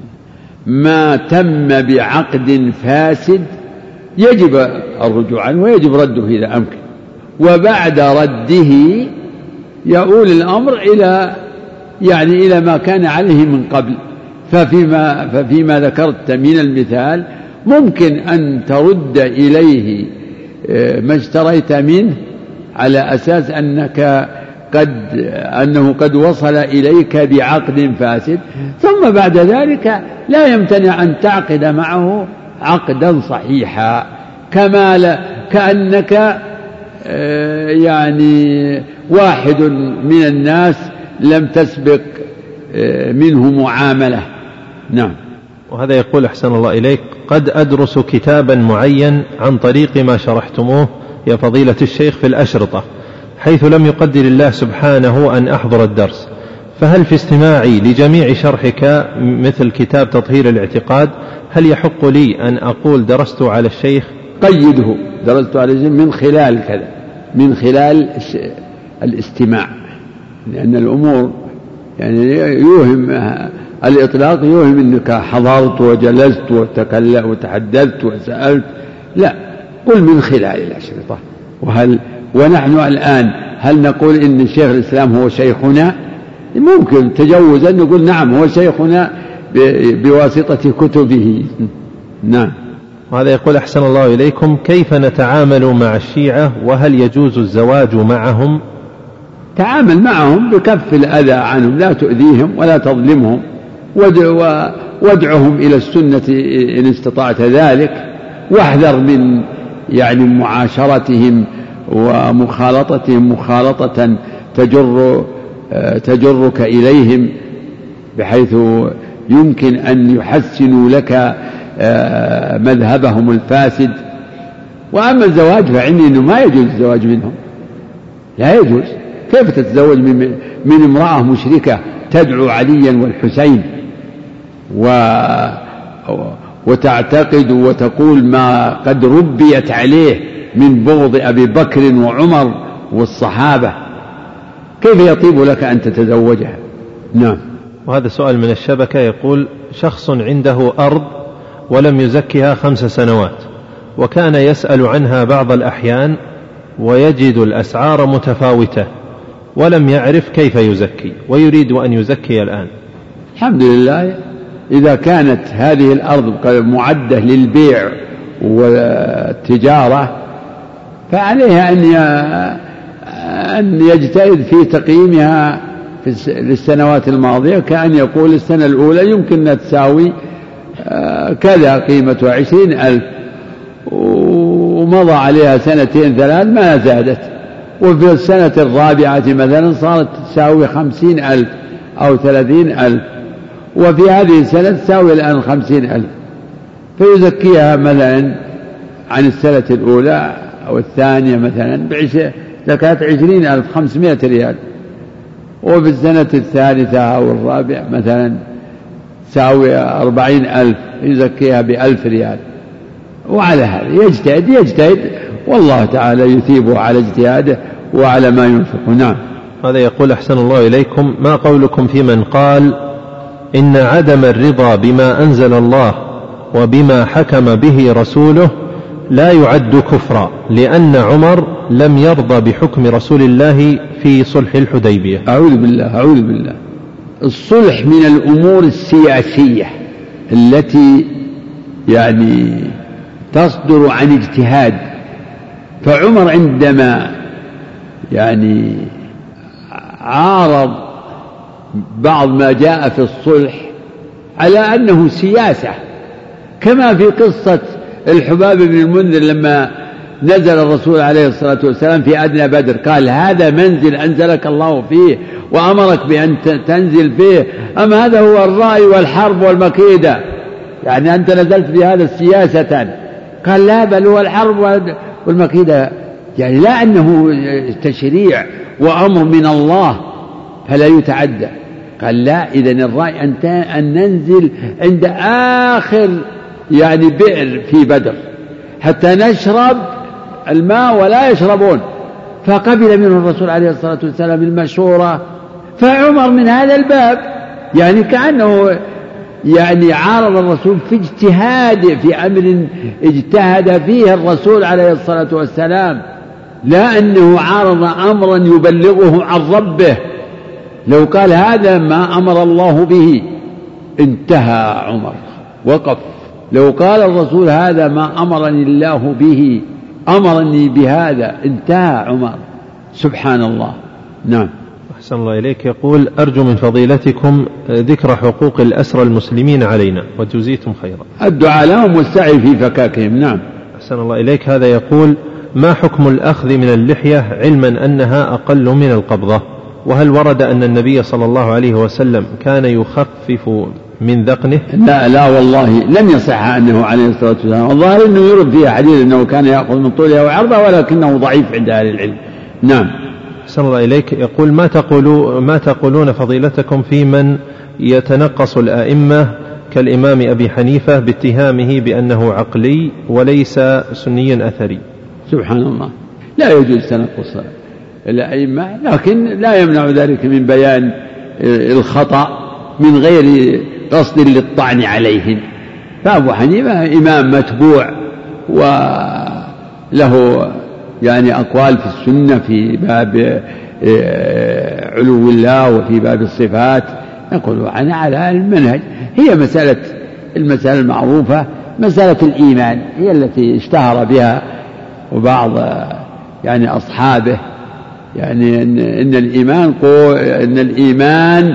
S2: ما تم بعقد فاسد يجب الرجوع عنه ويجب رده إذا أمكن، وبعد رده يؤول الأمر إلى يعني إلى ما كان عليه من قبل. ففيما, ففيما ذكرت من المثال ممكن أن ترد إليه ما اشتريت منه على أساس أنك قد أنه قد وصل إليك بعقد فاسد، ثم بعد ذلك لا يمتنع أن تعقد معه عقدا صحيحا، كما لا كأنك يعني واحد من الناس لم تسبق منه معاملة. نعم.
S3: وهذا يقول أحسن الله إليك: قد أدرس كتابا معين عن طريق ما شرحتموه يا فضيلة الشيخ في الأشرطة، حيث لم يقدر الله سبحانه أن أحضر الدرس، فهل في استماعي لجميع شرحك مثل كتاب تطهير الاعتقاد هل يحق لي أن أقول درست على الشيخ؟
S2: قيده: درست على الشيخ من خلال كذا، من خلال الاستماع، لأن الأمور يعني يوهم الإطلاق، يوهم أنك حضرت وجلست وتكلمت وتحدثت وسألت. لا، قل من خلال الأشرطة. وهل ونحن الآن هل نقول إن شيخ الإسلام هو شيخنا؟ ممكن تجوزا نقول نعم هو شيخنا بواسطة كتبه. نعم.
S3: وهذا يقول أحسن الله إليكم: كيف نتعامل مع الشيعة وهل يجوز الزواج معهم؟
S2: تعامل معهم بكف الأذى عنهم، لا تؤذيهم ولا تظلمهم، وادعهم إلى السنة إن استطعت ذلك، واحذر من يعني معاشرتهم ومخالطتهم مخالطة تجر تجرك إليهم بحيث يمكن أن يحسنوا لك مذهبهم الفاسد. وأما الزواج فعني أنه ما يجوز الزواج منهم، لا يجوز. كيف تتزوج من, من امرأة مشركة تدعو عليا والحسين و وتعتقد وتقول ما قد ربيت عليه من بغض أبي بكر وعمر والصحابة؟ كيف يطيب لك أن تتزوجها؟ نعم.
S3: وهذا سؤال من الشبكة يقول: شخص عنده أرض ولم يزكها خمس سنوات، وكان يسأل عنها بعض الأحيان ويجد الأسعار متفاوتة، ولم يعرف كيف يزكي ويريد أن يزكي الآن.
S2: الحمد لله، إذا كانت هذه الأرض معدة للبيع والتجارة فعليها أن أن يجتهد في تقييمها في السنوات الماضية، كأن يقول السنة الأولى يمكن أن تساوي كذا قيمتها عشرين ألف، ومضى عليها سنتين ثلاث ما زادت، وفي السنة الرابعة مثلا صارت تساوي خمسين ألف أو ثلاثين ألف، وفي هذه السنة تساوي الآن خمسين ألف، فيزكيها مثلا عن السنة الأولى أو الثانية مثلا زكاة عشرين ألف خمسمائة ريال، وفي السنة الثالثة أو الرابعة مثلا تساوي أربعين ألف يزكيها بألف ريال. وعلى هذا يجتهد يجتهد والله تعالى يثيبه على اجتهاده وعلى ما ينفق. نعم.
S3: هذا يقول أحسن الله إليكم: ما قولكم في من قال إن عدم الرضا بما أنزل الله وبما حكم به رسوله لا يعد كفرا، لأن عمر لم يرضى بحكم رسول الله في صلح الحديبية؟
S2: أعوذ بالله أعوذ بالله. الصلح من الأمور السياسية التي يعني تصدر عن اجتهاد، فعمر عندما يعني عارض بعض ما جاء في الصلح على أنه سياسة، كما في قصة الحباب بن المنذر لما نزل الرسول عليه الصلاة والسلام في أدنى بدر قال: هذا منزل أنزلك الله فيه وأمرك بأن تنزل فيه، أما هذا هو الرأي والحرب والمكيدة، يعني أنت نزلت في هذا سياسة؟ قال: لا، بل هو الحرب والمكيدة، يعني لا أنه تشريع وأمر من الله فلا يتعدى. قال: لا، إذن الرأي أن ننزل عند آخر يعني بئر في بدر حتى نشرب الماء ولا يشربون، فقبل منه الرسول عليه الصلاة والسلام المشورة، فعمر من هذا الباب يعني كأنه يعني عارض الرسول في اجتهاد في أمر اجتهد فيه الرسول عليه الصلاة والسلام، لا أنه عارض أمرا يبلغه عن ربه. لو قال هذا ما أمر الله به انتهى عمر، وقف. لو قال الرسول هذا ما أمرني الله به أمرني بهذا انتهى عمر. سبحان الله. نعم.
S3: أحسن الله إليك. يقول: أرجو من فضيلتكم ذكر حقوق الأسرى المسلمين علينا وجزيتم خيرا.
S2: الدعاء لهم والسعي في فكاكهم. نعم.
S3: أحسن الله إليك. هذا يقول: ما حكم الأخذ من اللحية علما أنها أقل من القبضة؟ وهل ورد أن النبي صلى الله عليه وسلم كان يخفف من ذقنه؟
S2: لا لا والله لم يصح أنه عليه الصلاة والسلام، الظاهر أنه يرد فيها حديث أنه كان يأخذ من طولها وعرضها، ولكنه ضعيف عند أهل العلم. نعم.
S3: أحسن الله إليك. يقول ما تقولون, ما تقولون فضيلتكم في من يتنقص الآئمة كالإمام أبي حنيفة باتهامه بأنه عقلي وليس سنيا أثري؟
S2: سبحان الله، لا يجوز تنقص الأئمة، لكن لا يمنع ذلك من بيان الخطأ من غير قصد للطعن عليهم. فأبو حنيفة إمام متبوع وله يعني أقوال في السنة في باب علو الله وفي باب الصفات، يقول عنه على المنهج. هي مسألة المسألة المعروفة مسألة الإيمان، هي التي اشتهر بها وبعض يعني أصحابه، يعني إن, إن الإيمان قو إن الإيمان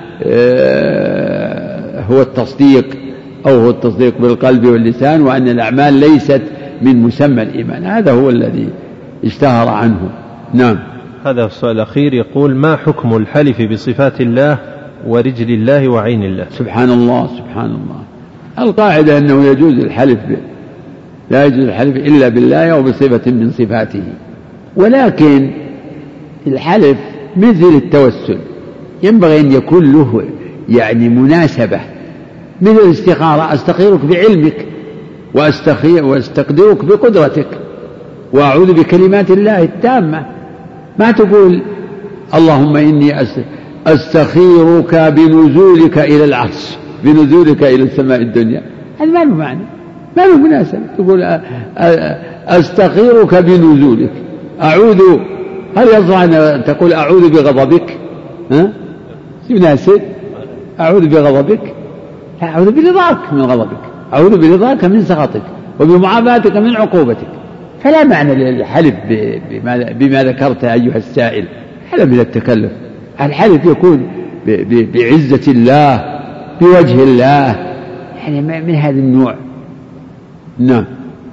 S2: هو التصديق أو هو التصديق بالقلب واللسان، وأن الأعمال ليست من مسمى الإيمان. هذا هو الذي اشتهر عنه. نعم.
S3: هذا السؤال الأخير يقول ما حكم الحلف بصفات الله ورجل الله وعين الله؟
S2: سبحان الله سبحان الله. القاعدة أنه يجوز الحلف به، لا يجوز الحلف إلا بالله أو بصفة من صفاته، ولكن الحلف مثل التوسل ينبغي أن يكون له يعني مناسبة، مثل الاستخارة، أستخيرك بعلمك وأستخير وأستقدرك بقدرتك وأعوذ بكلمات الله التامة. ما تقول اللهم إني أستخيرك بنزولك إلى العرش، بنزولك إلى السماء الدنيا، هذا ما له معنى، ما له مناسبة. تقول أستخيرك بنزولك، أعوذ، هل يصح أن تقول أعوذ بغضبك؟ ها؟ يناسب أعوذ بغضبك؟ لا، أعوذ برضاك من غضبك، أعوذ برضاك من سخطك وبمعافاتك من عقوبتك. فلا معنى للحلف بما, بما ذكرت أيها السائل، هذا من التكلف. الحلف يكون بعزة الله بوجه الله، يعني من هذا النوع. نعم.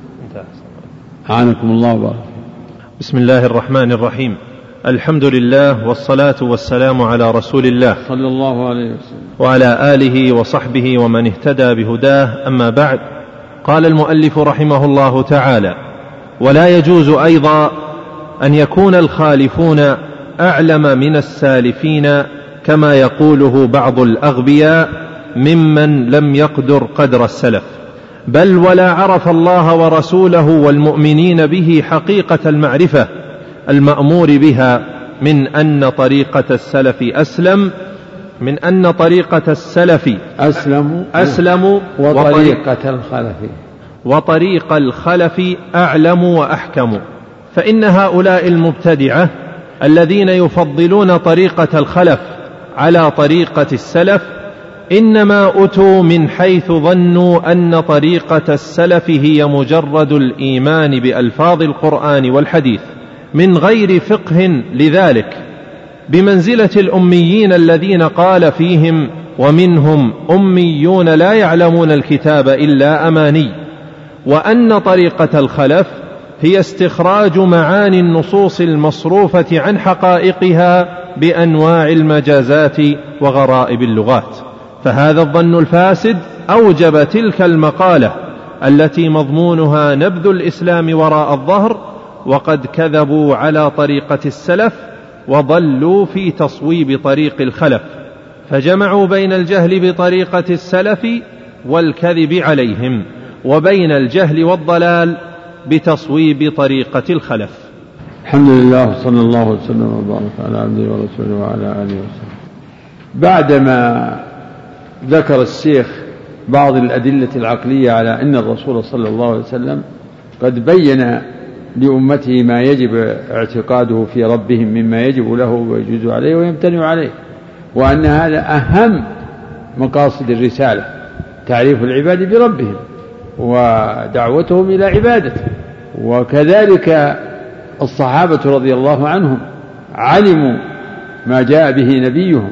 S2: أعانكم الله وبارك.
S3: بسم الله الرحمن الرحيم. الحمد لله والصلاة والسلام على رسول الله
S2: صلى الله عليه وسلم
S3: وعلى آله وصحبه ومن اهتدى بهداه. أما بعد، قال المؤلف رحمه الله تعالى: ولا يجوز أيضا أن يكون الخالفون أعلم من السالفين كما يقوله بعض الأغبياء ممن لم يقدر قدر السلف، بل ولا عرف الله ورسوله والمؤمنين به حقيقة المعرفة المأمور بها، من أن طريقة السلف أسلم من أن طريقة السلف
S2: أسلم
S3: أسلم
S2: وطريقة الخلف
S3: وطريق الخلف أعلم وأحكم. فإن هؤلاء المبتدعة الذين يفضلون طريقة الخلف على طريقة السلف إنما أتوا من حيث ظنوا أن طريقة السلف هي مجرد الإيمان بألفاظ القرآن والحديث من غير فقه لذلك، بمنزلة الأميين الذين قال فيهم: ومنهم أميون لا يعلمون الكتاب إلا أماني. وأن طريقة الخلف هي استخراج معاني النصوص المصروفة عن حقائقها بأنواع المجازات وغرائب اللغات. فهذا الظن الفاسد أوجب تلك المقالة التي مضمونها نبذ الإسلام وراء الظهر، وقد كذبوا على طريقة السلف وضلوا في تصويب طريق الخلف، فجمعوا بين الجهل بطريقة السلف والكذب عليهم، وبين الجهل والضلال بتصويب طريقة الخلف.
S2: الحمد لله صلى الله وسلم وبارك على عبده ورسوله وعلى آله وسلم. بعدما ذكر الشيخ بعض الأدلة العقلية على أن الرسول صلى الله عليه وسلم قد بين لأمته ما يجب اعتقاده في ربهم مما يجب له ويجوز عليه ويمتنع عليه، وأن هذا أهم مقاصد الرسالة، تعريف العباد بربهم ودعوتهم إلى عبادته. وكذلك الصحابة رضي الله عنهم علموا ما جاء به نبيهم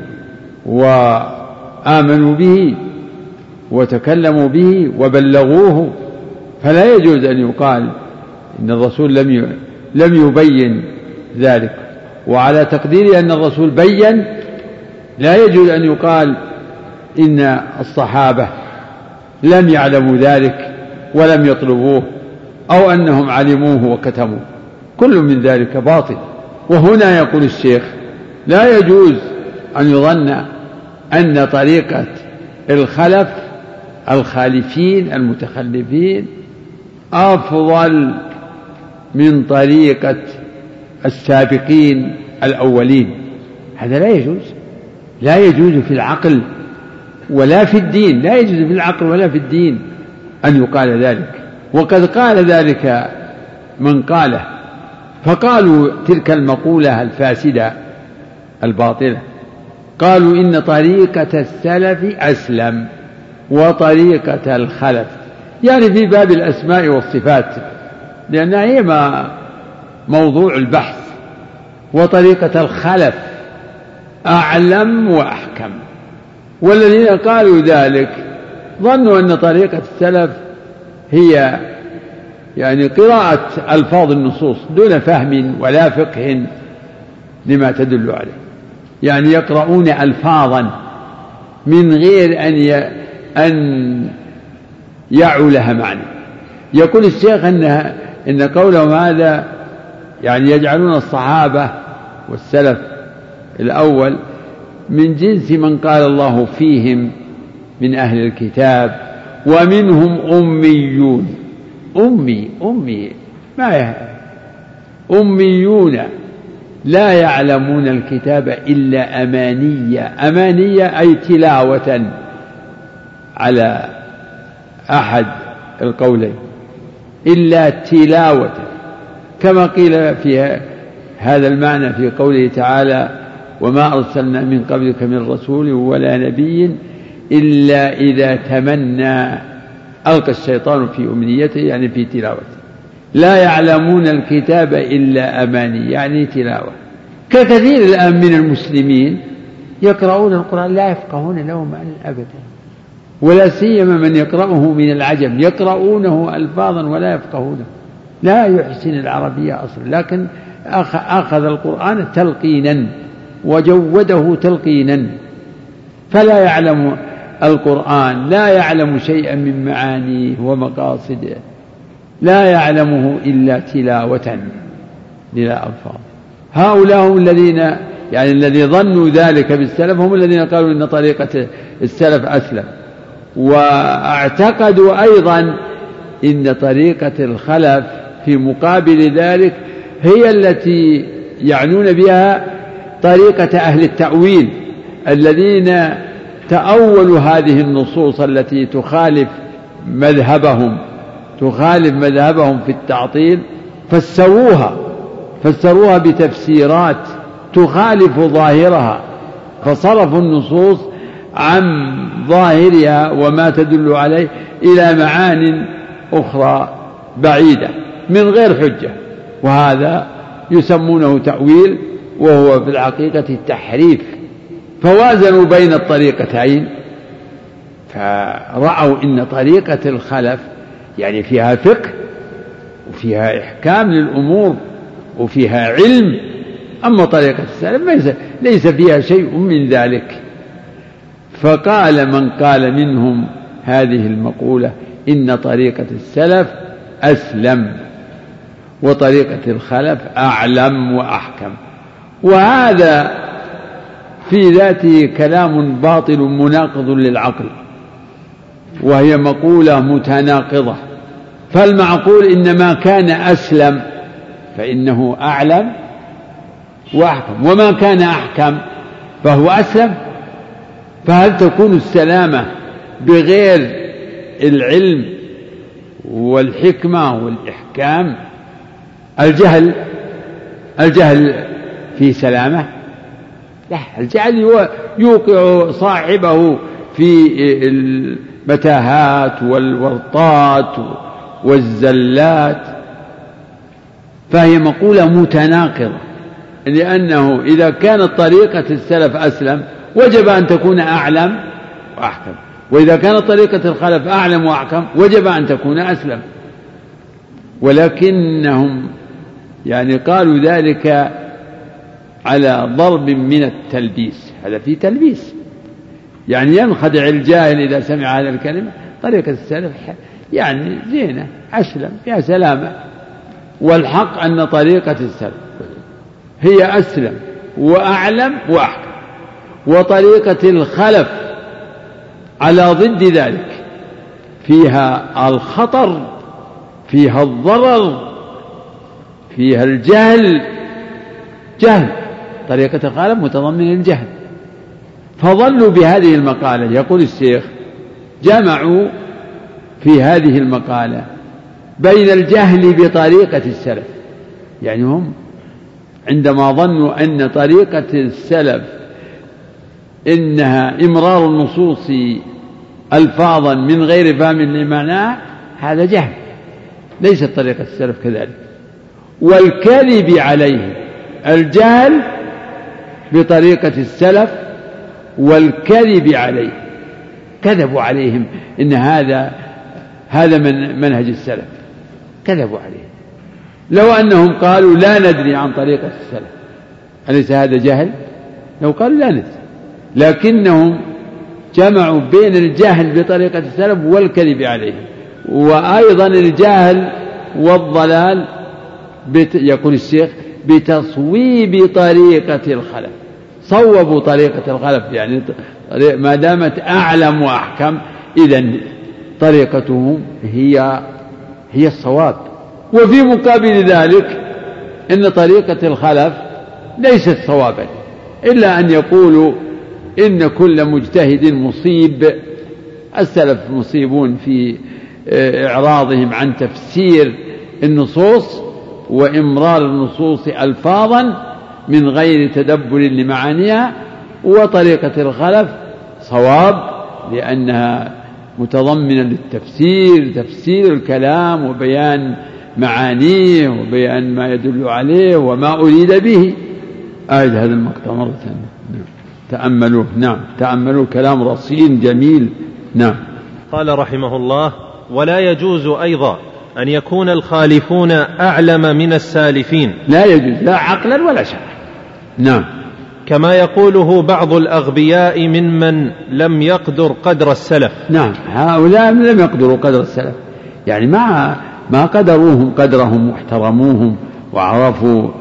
S2: وآمنوا به وتكلموا به وبلغوه، فلا يجوز أن يقال إن الرسول لم لم يبين ذلك. وعلى تقدير أن الرسول بين، لا يجوز أن يقال إن الصحابة لم يعلموا ذلك ولم يطلبوه، أو أنهم علموه وكتموه، كل من ذلك باطل. وهنا يقول الشيخ: لا يجوز أن يظن أن طريقة الخلف الخالفين المتخلفين أفضل من طريقة السابقين الأولين. هذا لا يجوز، لا يجوز في العقل ولا في الدين، لا يجوز في العقل ولا في الدين أن يقال ذلك. وقد قال ذلك من قاله، فقالوا تلك المقولة الفاسدة الباطلة، قالوا إن طريقة السلف أسلم وطريقة الخلف، يعني في باب الأسماء والصفات، لأنها هي ما موضوع البحث، وطريقة الخلف أعلم وأحكم. والذين قالوا ذلك ظنوا أن طريقة السلف هي يعني قراءة ألفاظ النصوص دون فهم ولا فقه لما تدل عليه، يعني يقرؤون ألفاظا من غير أن ي... أن يعوا لها معنى. يقول الشيخ أنها إن قولهم هذا يعني يجعلون الصحابة والسلف الأول من جنس من قال الله فيهم من أهل الكتاب ومنهم أميون. أمي أمي ما يه... أميون لا يعلمون الكتاب إلا أمانية. أمانية أي تلاوة على أحد القولين، إلا تلاوة، كما قيل في هذا المعنى في قوله تعالى: وما أرسلنا من قبلك من رسول ولا نبي إلا إذا تمنى ألقى الشيطان في أمنيته، يعني في تلاوته. لا يعلمون الكتاب إلا أماني، يعني تلاوة. ككثير الآن من المسلمين يقرؤون القرآن لا يفقهون له معنى أبدا، ولا سيما من يقرأه من العجم، يقرؤونه ألفاظا ولا يفقهونه، لا يحسن العربية أصلا، لكن أخذ القرآن تلقينا وجوده تلقينا، فلا يعلم القرآن، لا يعلم شيئا من معانيه ومقاصده، لا يعلمه إلا تلاوة للا ألفاظ. هؤلاء هم الذين يعني الذي ظنوا ذلك بالسلف، هم الذين قالوا إن طريقة السلف أسلم، واعتقدوا أيضا إن طريقة الخلف في مقابل ذلك هي التي يعنون بها طريقة أهل التأويل الذين تأولوا هذه النصوص التي تخالف مذهبهم تخالف مذهبهم في التعطيل، فسروها فسروها بتفسيرات تخالف ظاهرها، فصرفوا النصوص عن ظاهرها وما تدل عليه إلى معان أخرى بعيدة من غير حجة، وهذا يسمونه تأويل، وهو في الحقيقة تحريف. فوازنوا بين الطريقتين، فرأوا إن طريقة الخلف يعني فيها فقه وفيها إحكام للأمور وفيها علم، أما طريقة السلف ليس فيها شيء من ذلك. فقال من قال منهم هذه المقولة إن طريقة السلف أسلم وطريقة الخلف أعلم وأحكم، وهذا في ذاته كلام باطل مناقض للعقل، وهي مقولة متناقضة. فالمعقول إنما كان أسلم فإنه أعلم وأحكم، وما كان أحكم فهو أسلم. فهل تكون السلامة بغير العلم والحكمة والإحكام؟ الجهل الجهل في سلامة؟ لا، الجهل يوقع صاحبه في المتاهات والورطات والزلات. فهي مقولة متناقضة، لأنه إذا كانت طريقة السلف أسلم وجب أن تكون أعلم وأحكم، وإذا كانت طريقة الخلف أعلم وأحكم وجب أن تكون أسلم. ولكنهم يعني قالوا ذلك على ضرب من التلبيس، هذا فيه تلبيس، يعني ينخدع الجاهل إذا سمع هذه الكلمة. طريقة السلف يعني زينة أسلم فيها سلامة، والحق أن طريقة السلف هي أسلم وأعلم وأحكم، وطريقة الخلف على ضد ذلك فيها الخطر، فيها الضرر، فيها الجهل. جهل طريقة الخلف متضمن الجهل، فظلوا بهذه المقالة. يقول الشيخ جمعوا في هذه المقالة بين الجهل بطريقة السلف، يعني هم عندما ظنوا أن طريقة السلف إنها إمرار النصوص ألفاظا من غير فهم لمعناها، هذا جهل، ليست طريقة السلف كذلك. والكذب عليه الجهل بطريقة السلف والكذب عليه، كذبوا عليهم إن هذا هذا من منهج السلف، كذبوا عليه. لو أنهم قالوا لا ندري عن طريقة السلف أليس هذا جهل؟ لو قالوا لا ندري، لكنهم جمعوا بين الجهل بطريقة السلف والكذب عليه، وأيضا الجهل والضلال بت... يقول الشيخ بتصويب طريقة الخلف. صوبوا طريقة الخلف، يعني ما دامت أعلم وأحكم إذن طريقتهم هي هي الصواب. وفي مقابل ذلك إن طريقة الخلف ليست صوابا، إلا أن يقولوا إن كل مجتهد مصيب. السلف مصيبون في إعراضهم عن تفسير النصوص وإمرار النصوص ألفاظا من غير تدبر لمعانيها، وطريقة الخلف صواب لأنها متضمنة للتفسير، تفسير الكلام وبيان معانيه وبيان ما يدل عليه وما أريد به. أعد هذا المقطع مرة ثانية، تأملوه. نعم تأملوا كلام رصين جميل. نعم.
S3: قال رحمه الله: ولا يجوز أيضا أن يكون الخالفون أعلم من السالفين،
S2: لا يجوز لا عقلا ولا شرعا. نعم.
S3: كما يقوله بعض الأغبياء ممن لم يقدر قدر السلف.
S2: نعم هؤلاء لم يقدروا قدر السلف، يعني ما ما قدروهم قدرهم واحترموهم وعرفوا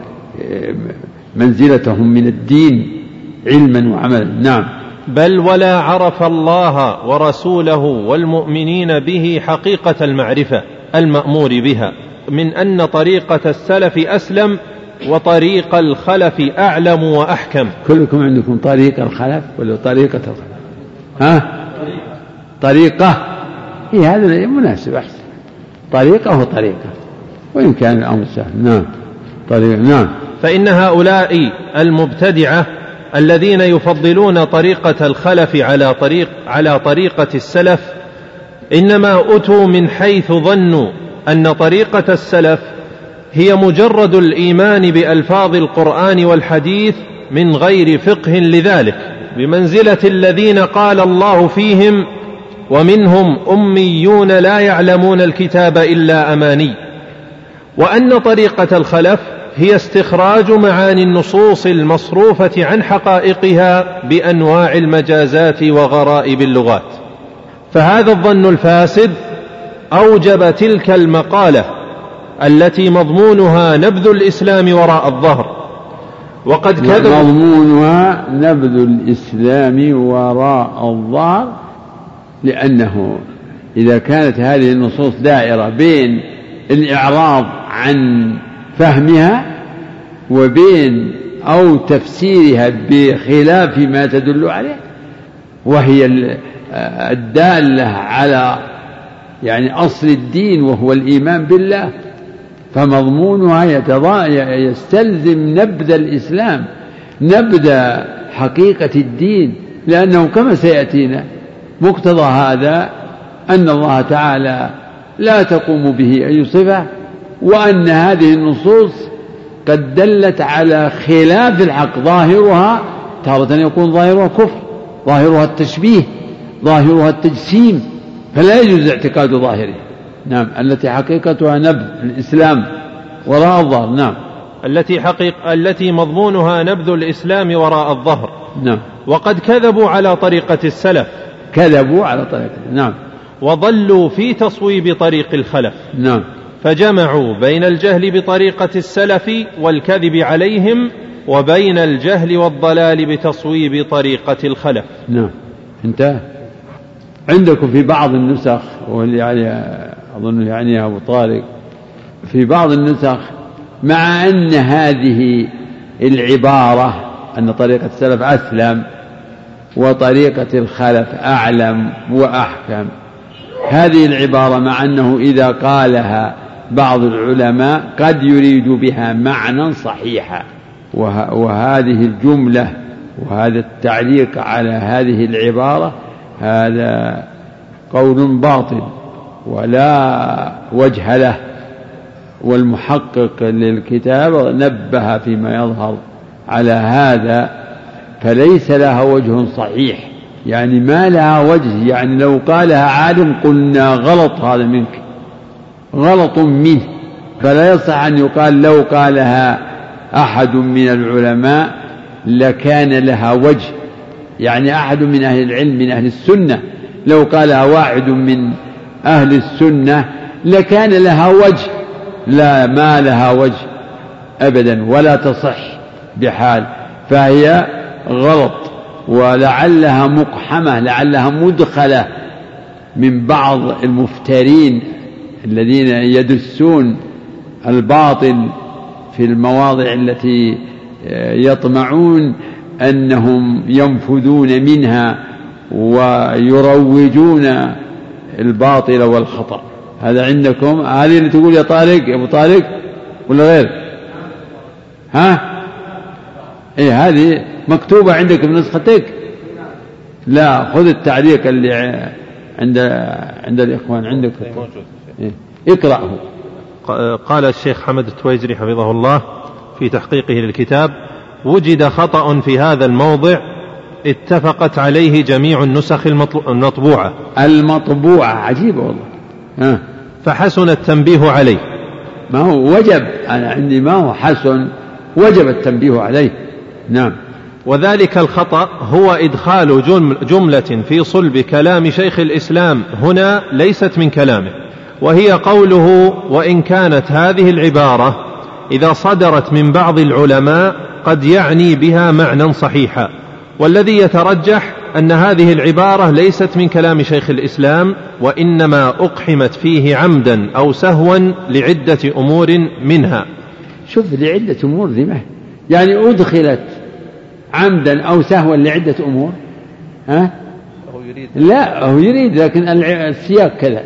S2: منزلتهم من الدين علما وعملا. نعم.
S3: بل ولا عرف الله ورسوله والمؤمنين به حقيقة المعرفة المأمور بها، من أن طريقة السلف أسلم وطريق الخلف أعلم وأحكم.
S2: كلكم عندكم طريق الخلف ولا طريقة الخلف؟ ها؟ طريقة هي هذا مناسب أحسن. طريقة وطريقة، وإن كان الأمر سهل. نعم طريقة. نعم.
S3: فإن هؤلاء المبتدعة الذين يفضلون طريقة الخلف على طريق على طريقة السلف إنما أتوا من حيث ظنوا أن طريقة السلف هي مجرد الإيمان بألفاظ القرآن والحديث من غير فقه لذلك، بمنزلة الذين قال الله فيهم: ومنهم أميون لا يعلمون الكتاب إلا أماني. وأن طريقة الخلف هي استخراج معاني النصوص المصروفة عن حقائقها بأنواع المجازات وغرائب اللغات. فهذا الظن الفاسد أوجب تلك المقالة التي مضمونها نبذ الإسلام وراء الظهر. وقد كذب
S2: مضمونها نبذ الإسلام وراء الظهر، لأنه إذا كانت هذه النصوص دائرة بين الإعراض عن فهمها وبين أو تفسيرها بخلاف ما تدل عليه، وهي الدالة على يعني أصل الدين وهو الإيمان بالله، فمضمونها يستلزم نبذ الإسلام، نبذ حقيقة الدين، لأنه كما سيأتينا مقتضى هذا أن الله تعالى لا تقوم به أي صفة، وأن هذه النصوص قد دلت على خلاف الحق. ظاهرها تارة يكون ظاهرها كفر، ظاهرها التشبيه، ظاهرها التجسيم، فلا يجوز اعتقاد ظاهره. نعم. التي حقيقتها نبذ الإسلام وراء الظهر. نعم.
S3: التي حقيق التي مضمونها نبذ الإسلام وراء الظهر.
S2: نعم.
S3: وقد كذبوا على طريقة السلف.
S2: كذبوا على طريقة. نعم.
S3: وضلوا في تصويب طريق الخلف.
S2: نعم.
S3: فجمعوا بين الجهل بطريقة السلف والكذب عليهم وبين الجهل والضلال بتصويب طريقة الخلف.
S2: نعم. انتهى. عندكم في بعض النسخ، يعني أظن يعني أبو طارق، في بعض النسخ مع أن هذه العبارة أن طريقة السلف أسلم وطريقة الخلف أعلم وأحكم، هذه العبارة مع أنه إذا قالها بعض العلماء قد يريد بها معنى صحيحا، وهذه الجملة وهذا التعليق على هذه العبارة هذا قول باطل ولا وجه له. والمحقق للكتاب نبه فيما يظهر على هذا، فليس لها وجه صحيح، يعني ما لها وجه، يعني لو قالها عالم قلنا غلط هذا منك، غلط منه، فلا يصح أن يقال لو قالها أحد من العلماء لكان لها وجه، يعني أحد من أهل العلم من أهل السنة لو قالها واحد من أهل السنة لكان لها وجه، لا ما لها وجه أبدا ولا تصح بحال، فهي غلط ولعلها مقحمة، لعلها مدخلة من بعض المفترين الذين يدسون الباطل في المواضع التي يطمعون أنهم ينفذون منها ويروجون الباطل والخطأ. هذا عندكم، هذه اللي تقول يا طارق يا أبو طارق ولا غير؟ ها؟ إيه هذه مكتوبة عندك بنسختك؟ لا، خذ التعليق اللي عند عند الإخوان عندك. إيه؟ اقرأه.
S3: قال الشيخ حمد التويجري حفظه الله في تحقيقه للكتاب: وجد خطأ في هذا الموضع اتفقت عليه جميع النسخ المطبوعة
S2: المطبوعة عجيبة والله. ها.
S3: فحسن التنبيه عليه.
S2: ما هو وجب، أنا عندي ما هو حسن، وجب التنبيه عليه. نعم.
S3: وذلك الخطأ هو إدخال جملة في صلب كلام شيخ الإسلام هنا ليست من كلامه، وهي قوله: وإن كانت هذه العبارة إذا صدرت من بعض العلماء قد يعني بها معنى صحيحا. والذي يترجح أن هذه العبارة ليست من كلام شيخ الإسلام، وإنما أقحمت فيه عمدا أو سهوا لعدة أمور منها.
S2: شوف، لعدة أمور ذي ما يعني أدخلت عمدا أو سهوا لعدة أمور. ها؟ هو يريد لا هو يريد، لكن السياق كذا: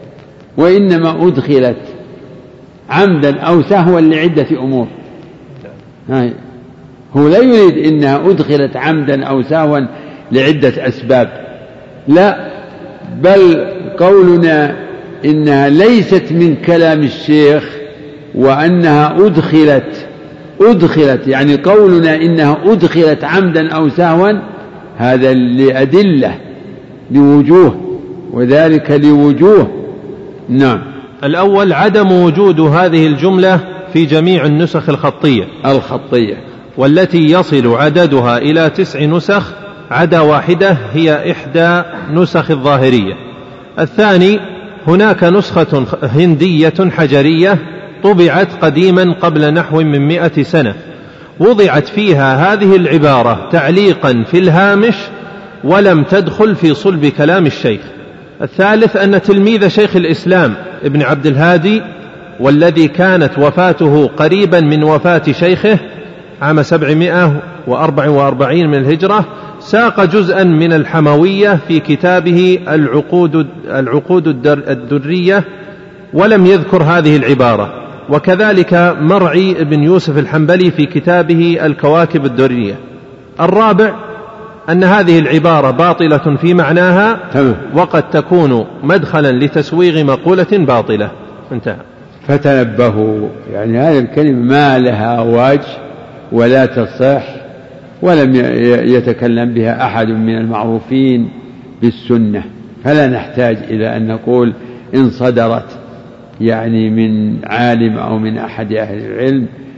S2: وإنما أدخلت عمدا أو سهوا لعدة أمور. هاي هو لا يريد إنها أدخلت عمدا أو سهوا لعدة أسباب، لا، بل قولنا إنها ليست من كلام الشيخ وأنها أدخلت أدخلت يعني قولنا إنها أدخلت عمدا أو سهوا هذا لأدلة لوجوه، وذلك لوجوه. نعم.
S3: الأول عدم وجود هذه الجملة في جميع النسخ الخطية
S2: الخطية
S3: والتي يصل عددها إلى تسع نسخ عدا واحدة هي إحدى نسخ الظاهرية. الثاني هناك نسخة هندية حجرية طبعت قديما قبل نحو من مئة سنة وضعت فيها هذه العبارة تعليقا في الهامش ولم تدخل في صلب كلام الشيخ. الثالث أن تلميذ شيخ الإسلام ابن عبد الهادي، والذي كانت وفاته قريبا من وفاة شيخه عام سبعمائة وأربعة وأربعين من الهجرة، ساق جزءا من الحموية في كتابه العقود, العقود الدرية ولم يذكر هذه العبارة، وكذلك مرعي بن يوسف الحنبلي في كتابه الكواكب الدرية. الرابع أن هذه العبارة باطلة في معناها وقد تكون مدخلا لتسويغ مقولة باطلة. انتهى.
S2: فتنبهوا، يعني هذه الكلمة ما لها وجه ولا تصح ولم يتكلم بها أحد من المعروفين بالسنة، فلا نحتاج إلى أن نقول إن صدرت يعني من عالم أو من أحد أهل العلم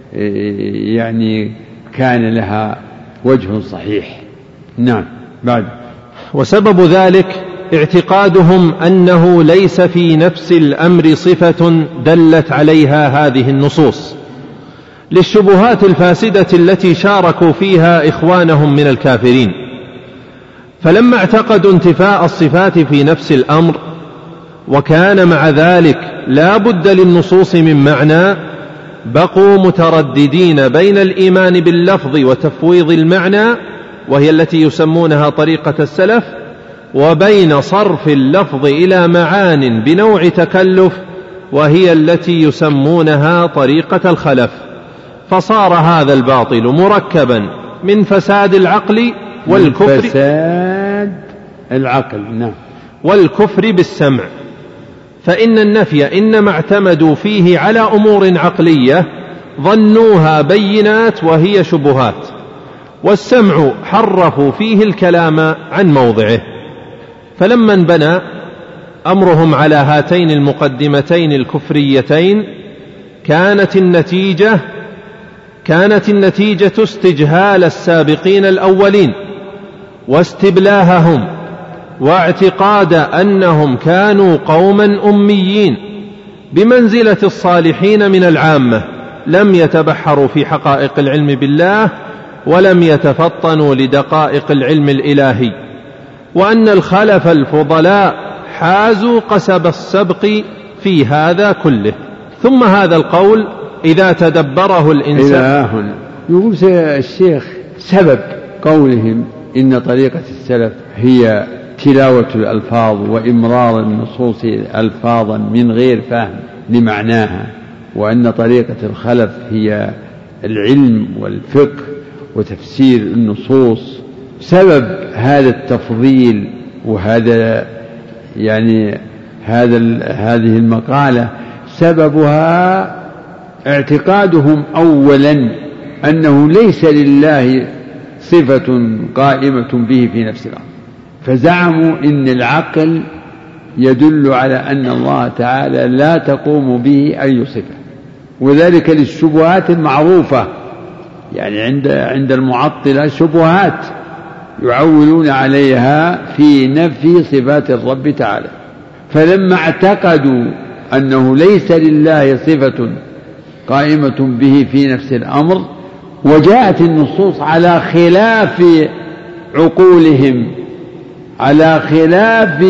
S2: يعني كان لها وجه صحيح. نعم. بعد.
S3: وسبب ذلك اعتقادهم أنه ليس في نفس الأمر صفة دلت عليها هذه النصوص للشبهات الفاسدة التي شاركوا فيها إخوانهم من الكافرين. فلما اعتقدوا انتفاء الصفات في نفس الأمر وكان مع ذلك لا بد للنصوص من معنى، بقوا مترددين بين الإيمان باللفظ وتفويض المعنى، وهي التي يسمونها طريقة السلف، وبين صرف اللفظ إلى معان بنوع تكلف، وهي التي يسمونها طريقة الخلف. فصار هذا الباطل مركبا من فساد العقل والكفر
S2: فساد العقل نعم
S3: والكفر بالسمع. فإن النفي إنما اعتمدوا فيه على أمور عقلية ظنوها بينات وهي شبهات، والسمع حرفوا فيه الكلام عن موضعه. فلما انبنى أمرهم على هاتين المقدمتين الكفريتين كانت النتيجة كانت النتيجة استجهال السابقين الأولين واستبلاههم، واعتقاد أنهم كانوا قوما أميين بمنزلة الصالحين من العامة، لم يتبحروا في حقائق العلم بالله ولم يتفطنوا لدقائق العلم الإلهي، وأن الخلف الفضلاء حازوا قسب السبق في هذا كله. ثم هذا القول إذا تدبره الإنسان
S2: يقول الشيخ سبب قولهم إن طريقة السلف هي تلاوة الألفاظ وإمرار النصوص ألفاظا من غير فهم لمعناها، وأن طريقة الخلف هي العلم والفقه وتفسير النصوص. سبب هذا التفضيل وهذا يعني هذا هذه المقالة سببها اعتقادهم أولا أنه ليس لله صفة قائمة به في نفس الأمر، فزعموا إن العقل يدل على أن الله تعالى لا تقوم به أي صفة، وذلك للشبهات المعروفة. يعني عند عند المعطلة شبهات يعولون عليها في نفي صفات الرب تعالى، فلما اعتقدوا أنه ليس لله صفة قائمة به في نفس الأمر وجاءت النصوص على خلاف عقولهم، على خلاف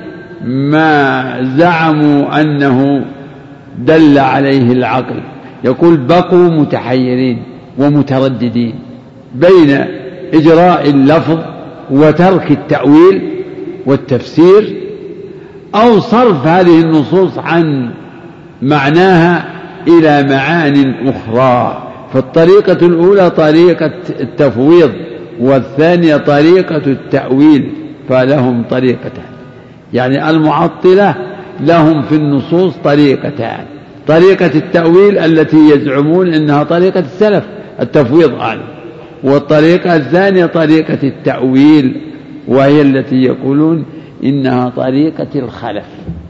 S2: ما زعموا أنه دل عليه العقل، يقول بقوا متحيرين ومترددين بين إجراء اللفظ وترك التأويل والتفسير، أو صرف هذه النصوص عن معناها إلى معان أخرى. فالطريقة الأولى طريقة التفويض، والثانية طريقة التأويل، فلهم طريقتان. يعني المعطلة لهم في النصوص طريقتان: طريقة التأويل التي يزعمون أنها طريقة السلف التفويض عنه، والطريقة الثانية طريقة التأويل وهي التي يقولون إنها طريقة الخلف.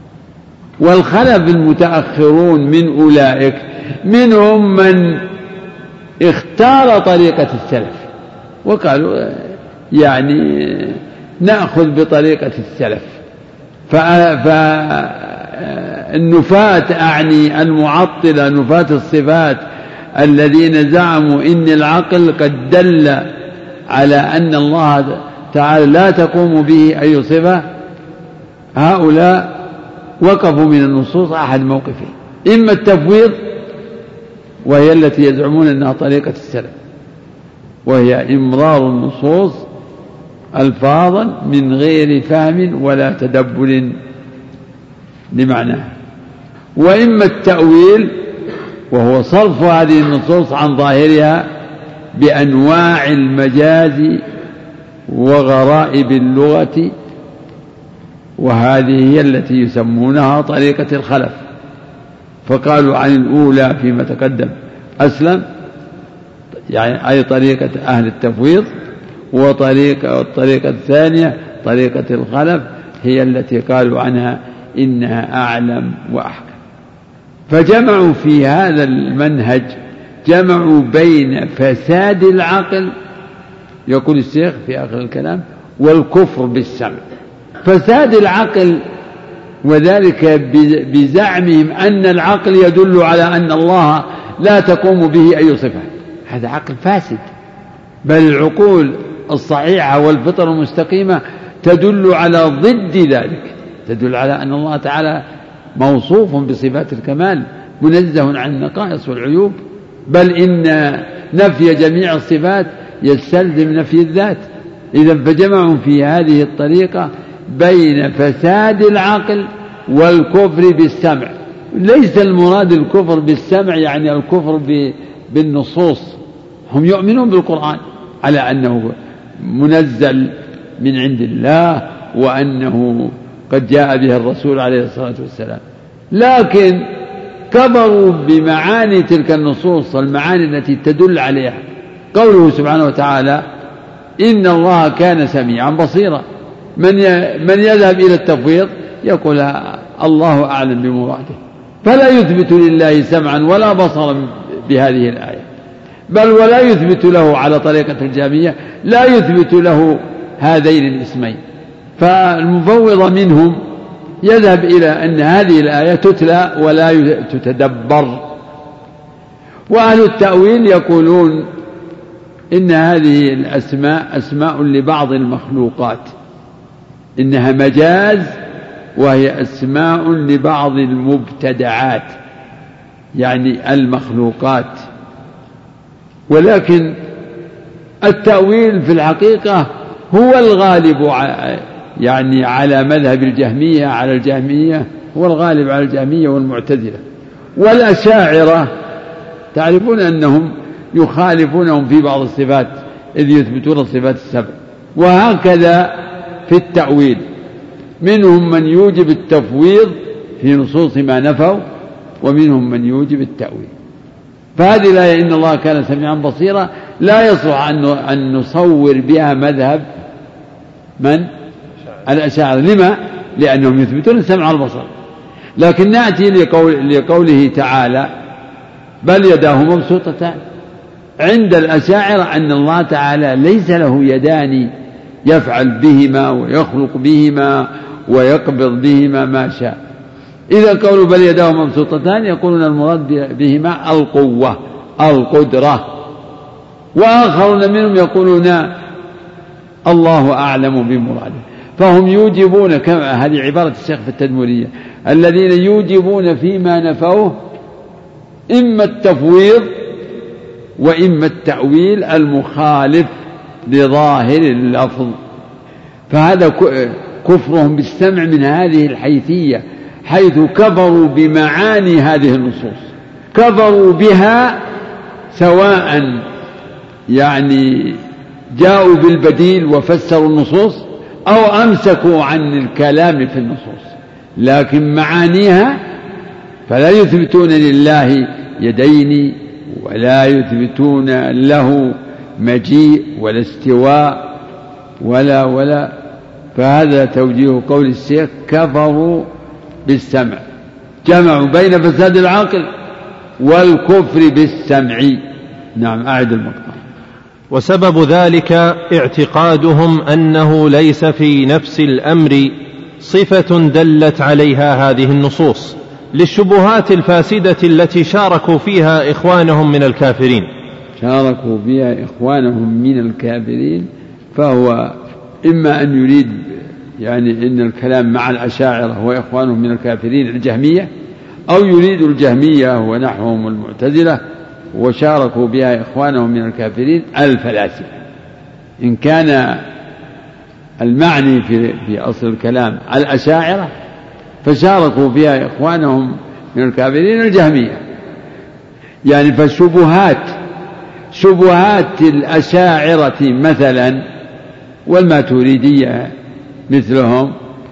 S2: والخلف المتأخرون من أولئك منهم من اختار طريقة السلف وقالوا يعني نأخذ بطريقة السلف. فالنفاة أعني المعطلة نفاة الصفات الذين زعموا إن العقل قد دل على أن الله تعالى لا تقوم به أي صفة، هؤلاء وقفوا من النصوص أحد موقفين: إما التفويض وهي التي يزعمون أنها طريقة السلف، وهي إمرار النصوص ألفاظا من غير فهم ولا تدبر لمعناها، وإما التأويل وهو صرف هذه النصوص عن ظاهرها بأنواع المجاز وغرائب اللغة، وهذه هي التي يسمونها طريقة الخلف. فقالوا عن الأولى فيما تقدم أسلم، يعني أي طريقة أهل التفويض، وطريقة الطريقة الثانية طريقة الخلف هي التي قالوا عنها إنها أعلم وأحكم. فجمعوا في هذا المنهج جمعوا بين فساد العقل، يقول الشيخ في آخر الكلام، والكفر بالسمع. فساد العقل وذلك بزعمهم أن العقل يدل على أن الله لا تقوم به أي صفة، هذا عقل فاسد. بل العقول الصحيحة والفطر المستقيمة تدل على ضد ذلك، تدل على أن الله تعالى موصوف بصفات الكمال منزه عن النقائص والعيوب، بل إن نفي جميع الصفات يستلزم نفي الذات. إذن فجمعوا في هذه الطريقة بين فساد العقل والكفر بالسمع. ليس المراد الكفر بالسمع يعني الكفر بالنصوص، هم يؤمنون بالقرآن على أنه منزل من عند الله وأنه قد جاء به الرسول عليه الصلاة والسلام، لكن كبروا بمعاني تلك النصوص، المعاني التي تدل عليها. قوله سبحانه وتعالى إن الله كان سميعا بصيرا، من من يذهب إلى التفويض يقول الله أعلم بمراده، فلا يثبت لله سمعا ولا بصرا بهذه الآية، بل ولا يثبت له على طريقة الجهمية، لا يثبت له هذين الاسمين. فالمفوض منهم يذهب إلى أن هذه الآية تتلى ولا تتدبر. وأهل التأويل يقولون إن هذه الأسماء أسماء لبعض المخلوقات، إنها مجاز وهي أسماء لبعض المبتدعات يعني المخلوقات. ولكن التأويل في الحقيقة هو الغالب يعني على مذهب الجهمية، على الجهمية هو الغالب على الجهمية والمعتزلة. والأشاعرة تعرفون أنهم يخالفونهم في بعض الصفات إذ يثبتون الصفات السبع. وهكذا في التأويل منهم من يوجب التفويض في نصوص ما نفوا، ومنهم من يوجب التأويل. فهذه الآية إن الله كان سميعا بصيرا لا يصلح أن نصور بها مذهب من؟ الأشاعرة. لما؟ لأنهم يثبتون السمع والبصر. لكن نأتي لقول لقوله تعالى بل يداه مبسوطتان. عند الأشاعرة أن الله تعالى ليس له يدان يفعل بهما ويخلق بهما ويقبض بهما ما شاء. إذا قالوا بل يداه مبسوطتان يقولون المراد بهما القوة القدرة. وآخرون منهم يقولون الله أعلم بمراده. فهم يوجبون كما هذه عبارة الشيخ في التدمرية الذين يوجبون فيما نفوه إما التفويض وإما التأويل المخالف لظاهر اللفظ. فهذا كفرهم بالسمع من هذه الحيثية، حيث كفروا بمعاني هذه النصوص، كفروا بها سواء يعني جاءوا بالبديل وفسروا النصوص أو أمسكوا عن الكلام في النصوص، لكن معانيها فلا يثبتون لله يدين ولا يثبتون له مجيء ولا استواء ولا ولا فهذا توجيه قول الشيخ كفروا بالسمع، جمعوا بين فساد العقل والكفر بالسمع. نعم أعد المقطع.
S3: وسبب ذلك اعتقادهم أنه ليس في نفس الأمر صفة دلت عليها هذه النصوص للشبهات الفاسدة التي شاركوا فيها إخوانهم من الكافرين
S2: شاركوا فيها إخوانهم من الكافرين. فهو إما أن يريد يعني إن الكلام مع الأشاعرة وإخوانهم من الكافرين الجهمية، أو يريد الجهمية ونحوهم المعتزلة وشاركوا بها إخوانهم من الكافرين الفلاسفة. إن كان المعني في, في أصل الكلام الأشاعرة فشاركوا بها إخوانهم من الكافرين الجهمية. يعني فالشبهات شبهات الأشاعرة مثلا والماتريدية مثلهم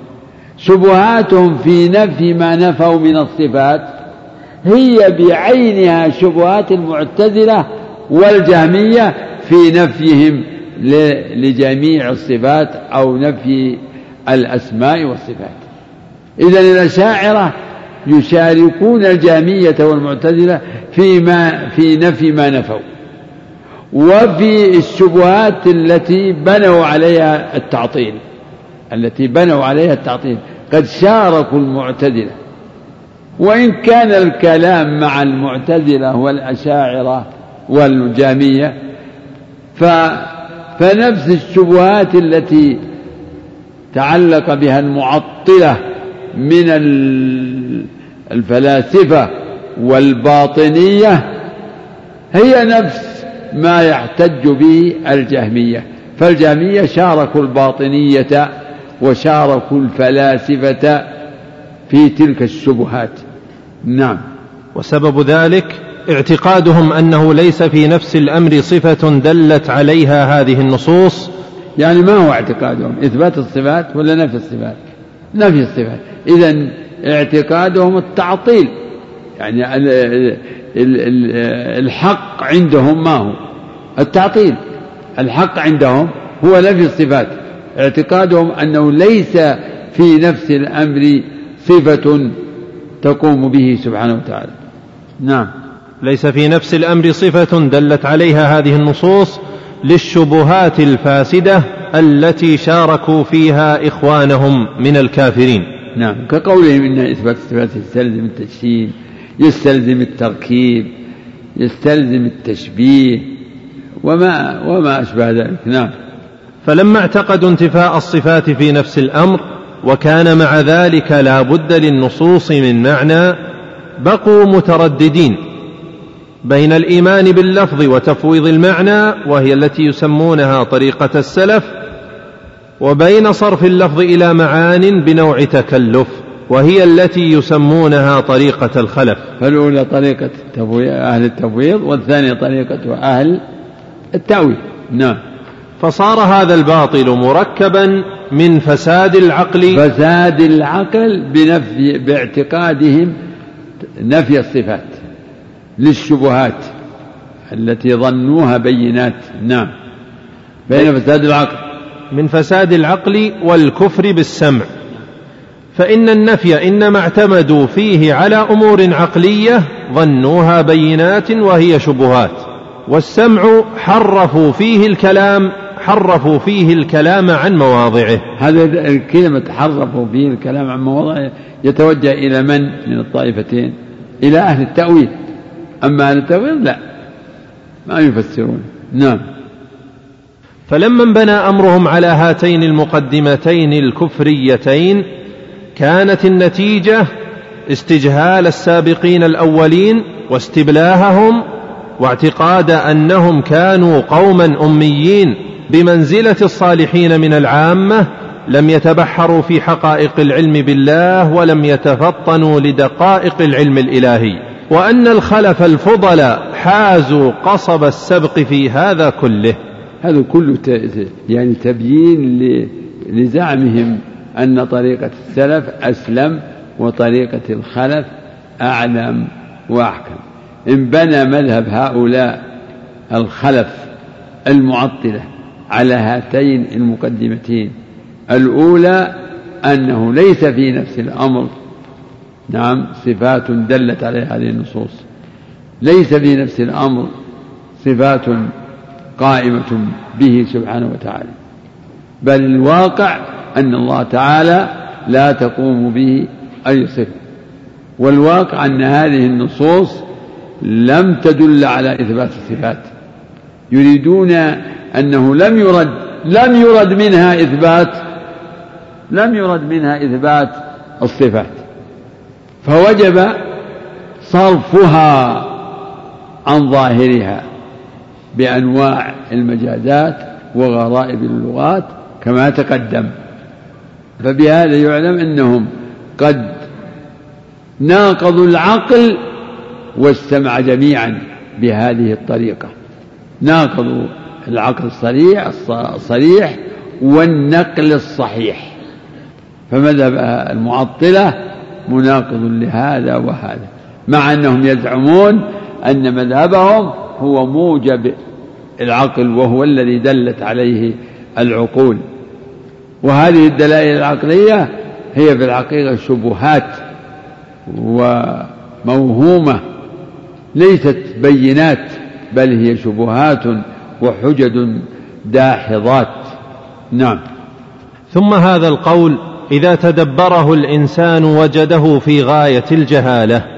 S2: شبهاتهم في نفي ما نفوا من الصفات هي بعينها شبهات المعتزلة والجهمية في نفيهم لجميع الصفات أو نفي الأسماء والصفات. إذن الأشاعرة يشاركون الجهمية والمعتزلة فيما في نفي ما نفوا، وفي الشبهات التي بنوا عليها التعطيل التي بنوا عليها التعطيل قد شاركوا المعتزلة. وإن كان الكلام مع المعتزلة والأشاعرة والجهمية فنفس الشبهات التي تعلق بها المعطلة من الفلاسفة والباطنية هي نفس ما يحتج به الجهمية. فالجهمية شاركوا الباطنية وشاركوا الفلاسفة في تلك الشبهات. نعم.
S3: وسبب ذلك اعتقادهم أنه ليس في نفس الأمر صفة دلت عليها هذه النصوص.
S2: يعني ما هو اعتقادهم؟ إثبات الصفات ولا نفي الصفات؟ نفي الصفات. إذن اعتقادهم التعطيل، يعني الحق عندهم ما هو؟ التعطيل. الحق عندهم هو نفي الصفات. اعتقادهم أنه ليس في نفس الأمر صفة تقوم به سبحانه وتعالى. نعم.
S3: ليس في نفس الأمر صفة دلت عليها هذه النصوص للشبهات الفاسدة التي شاركوا فيها إخوانهم من الكافرين.
S2: نعم، كقولهم إن إثبات الصفات يستلزم التجسيم، يستلزم التركيب، يستلزم التشبيه وما, وما أشبه ذلك. نعم.
S3: فلما اعتقدوا انتفاء الصفات في نفس الأمر وكان مع ذلك لا بد للنصوص من معنى بقوا مترددين بين الإيمان باللفظ وتفويض المعنى، وهي التي يسمونها طريقة السلف، وبين صرف اللفظ إلى معان بنوع تكلف، وهي التي يسمونها طريقة الخلف.
S2: فالأولى طريقة أهل التفويض والثانية طريقة أهل التأويل. نعم.
S3: فصار هذا الباطل مركبا من فساد العقل
S2: فساد العقل بنفي باعتقادهم نفي الصفات للشبهات التي ظنوها بينات. نعم. بين فساد العقل
S3: من فساد العقل والكفر بالسمع، فإن النفي إنما اعتمدوا فيه على أمور عقلية ظنوها بينات وهي شبهات، والسمع حرفوا فيه الكلام حرفوا فيه الكلام عن مواضعه.
S2: هذا الكلمة حرفوا فيه الكلام عن مواضعه يتوجه إلى من من الطائفتين؟ إلى أهل التأويل. أما أهل التأويل لا، ما يفسرون. نعم.
S3: فلما انبنى أمرهم على هاتين المقدمتين الكفريتين كانت النتيجة استجهال السابقين الأولين واستبلاههم، واعتقاد أنهم كانوا قوما أميين بمنزلة الصالحين من العامة لم يتبحروا في حقائق العلم بالله ولم يتفطنوا لدقائق العلم الإلهي، وأن الخلف الفضل حازوا قصب السبق في هذا كله.
S2: هذا كله يعني تبيين لزعمهم أن طريقة السلف أسلم وطريقة الخلف أعلم وأحكم. إن بنى مذهب هؤلاء الخلف المعطلة على هاتين المقدمتين، الأولى أنه ليس في نفس الأمر نعم صفات دلت عليها هذه النصوص، ليس في نفس الأمر صفات قائمة به سبحانه وتعالى، بل الواقع أن الله تعالى لا تقوم به أي صفة، والواقع أن هذه النصوص لم تدل على إثبات الصفات. يريدون أنه لم يرد لم يرد منها إثبات لم يرد منها إثبات الصفات، فوجب صرفها عن ظاهرها بأنواع المجازات وغرائب اللغات كما تقدم. فبهذا يعلم أنهم قد ناقضوا العقل والسمع جميعا بهذه الطريقة، ناقضوا العقل الصريح الصريح والنقل الصحيح. فمذهب المعطلة مناقض لهذا وهذا، مع أنهم يزعمون أن مذهبهم هو موجب العقل وهو الذي دلت عليه العقول. وهذه الدلائل العقلية هي في الحقيقة شبهات وموهومة ليست بينات، بل هي شبهات وحجج داحضات. نعم.
S3: ثم هذا القول إذا تدبره الإنسان وجده في غاية الجهالة،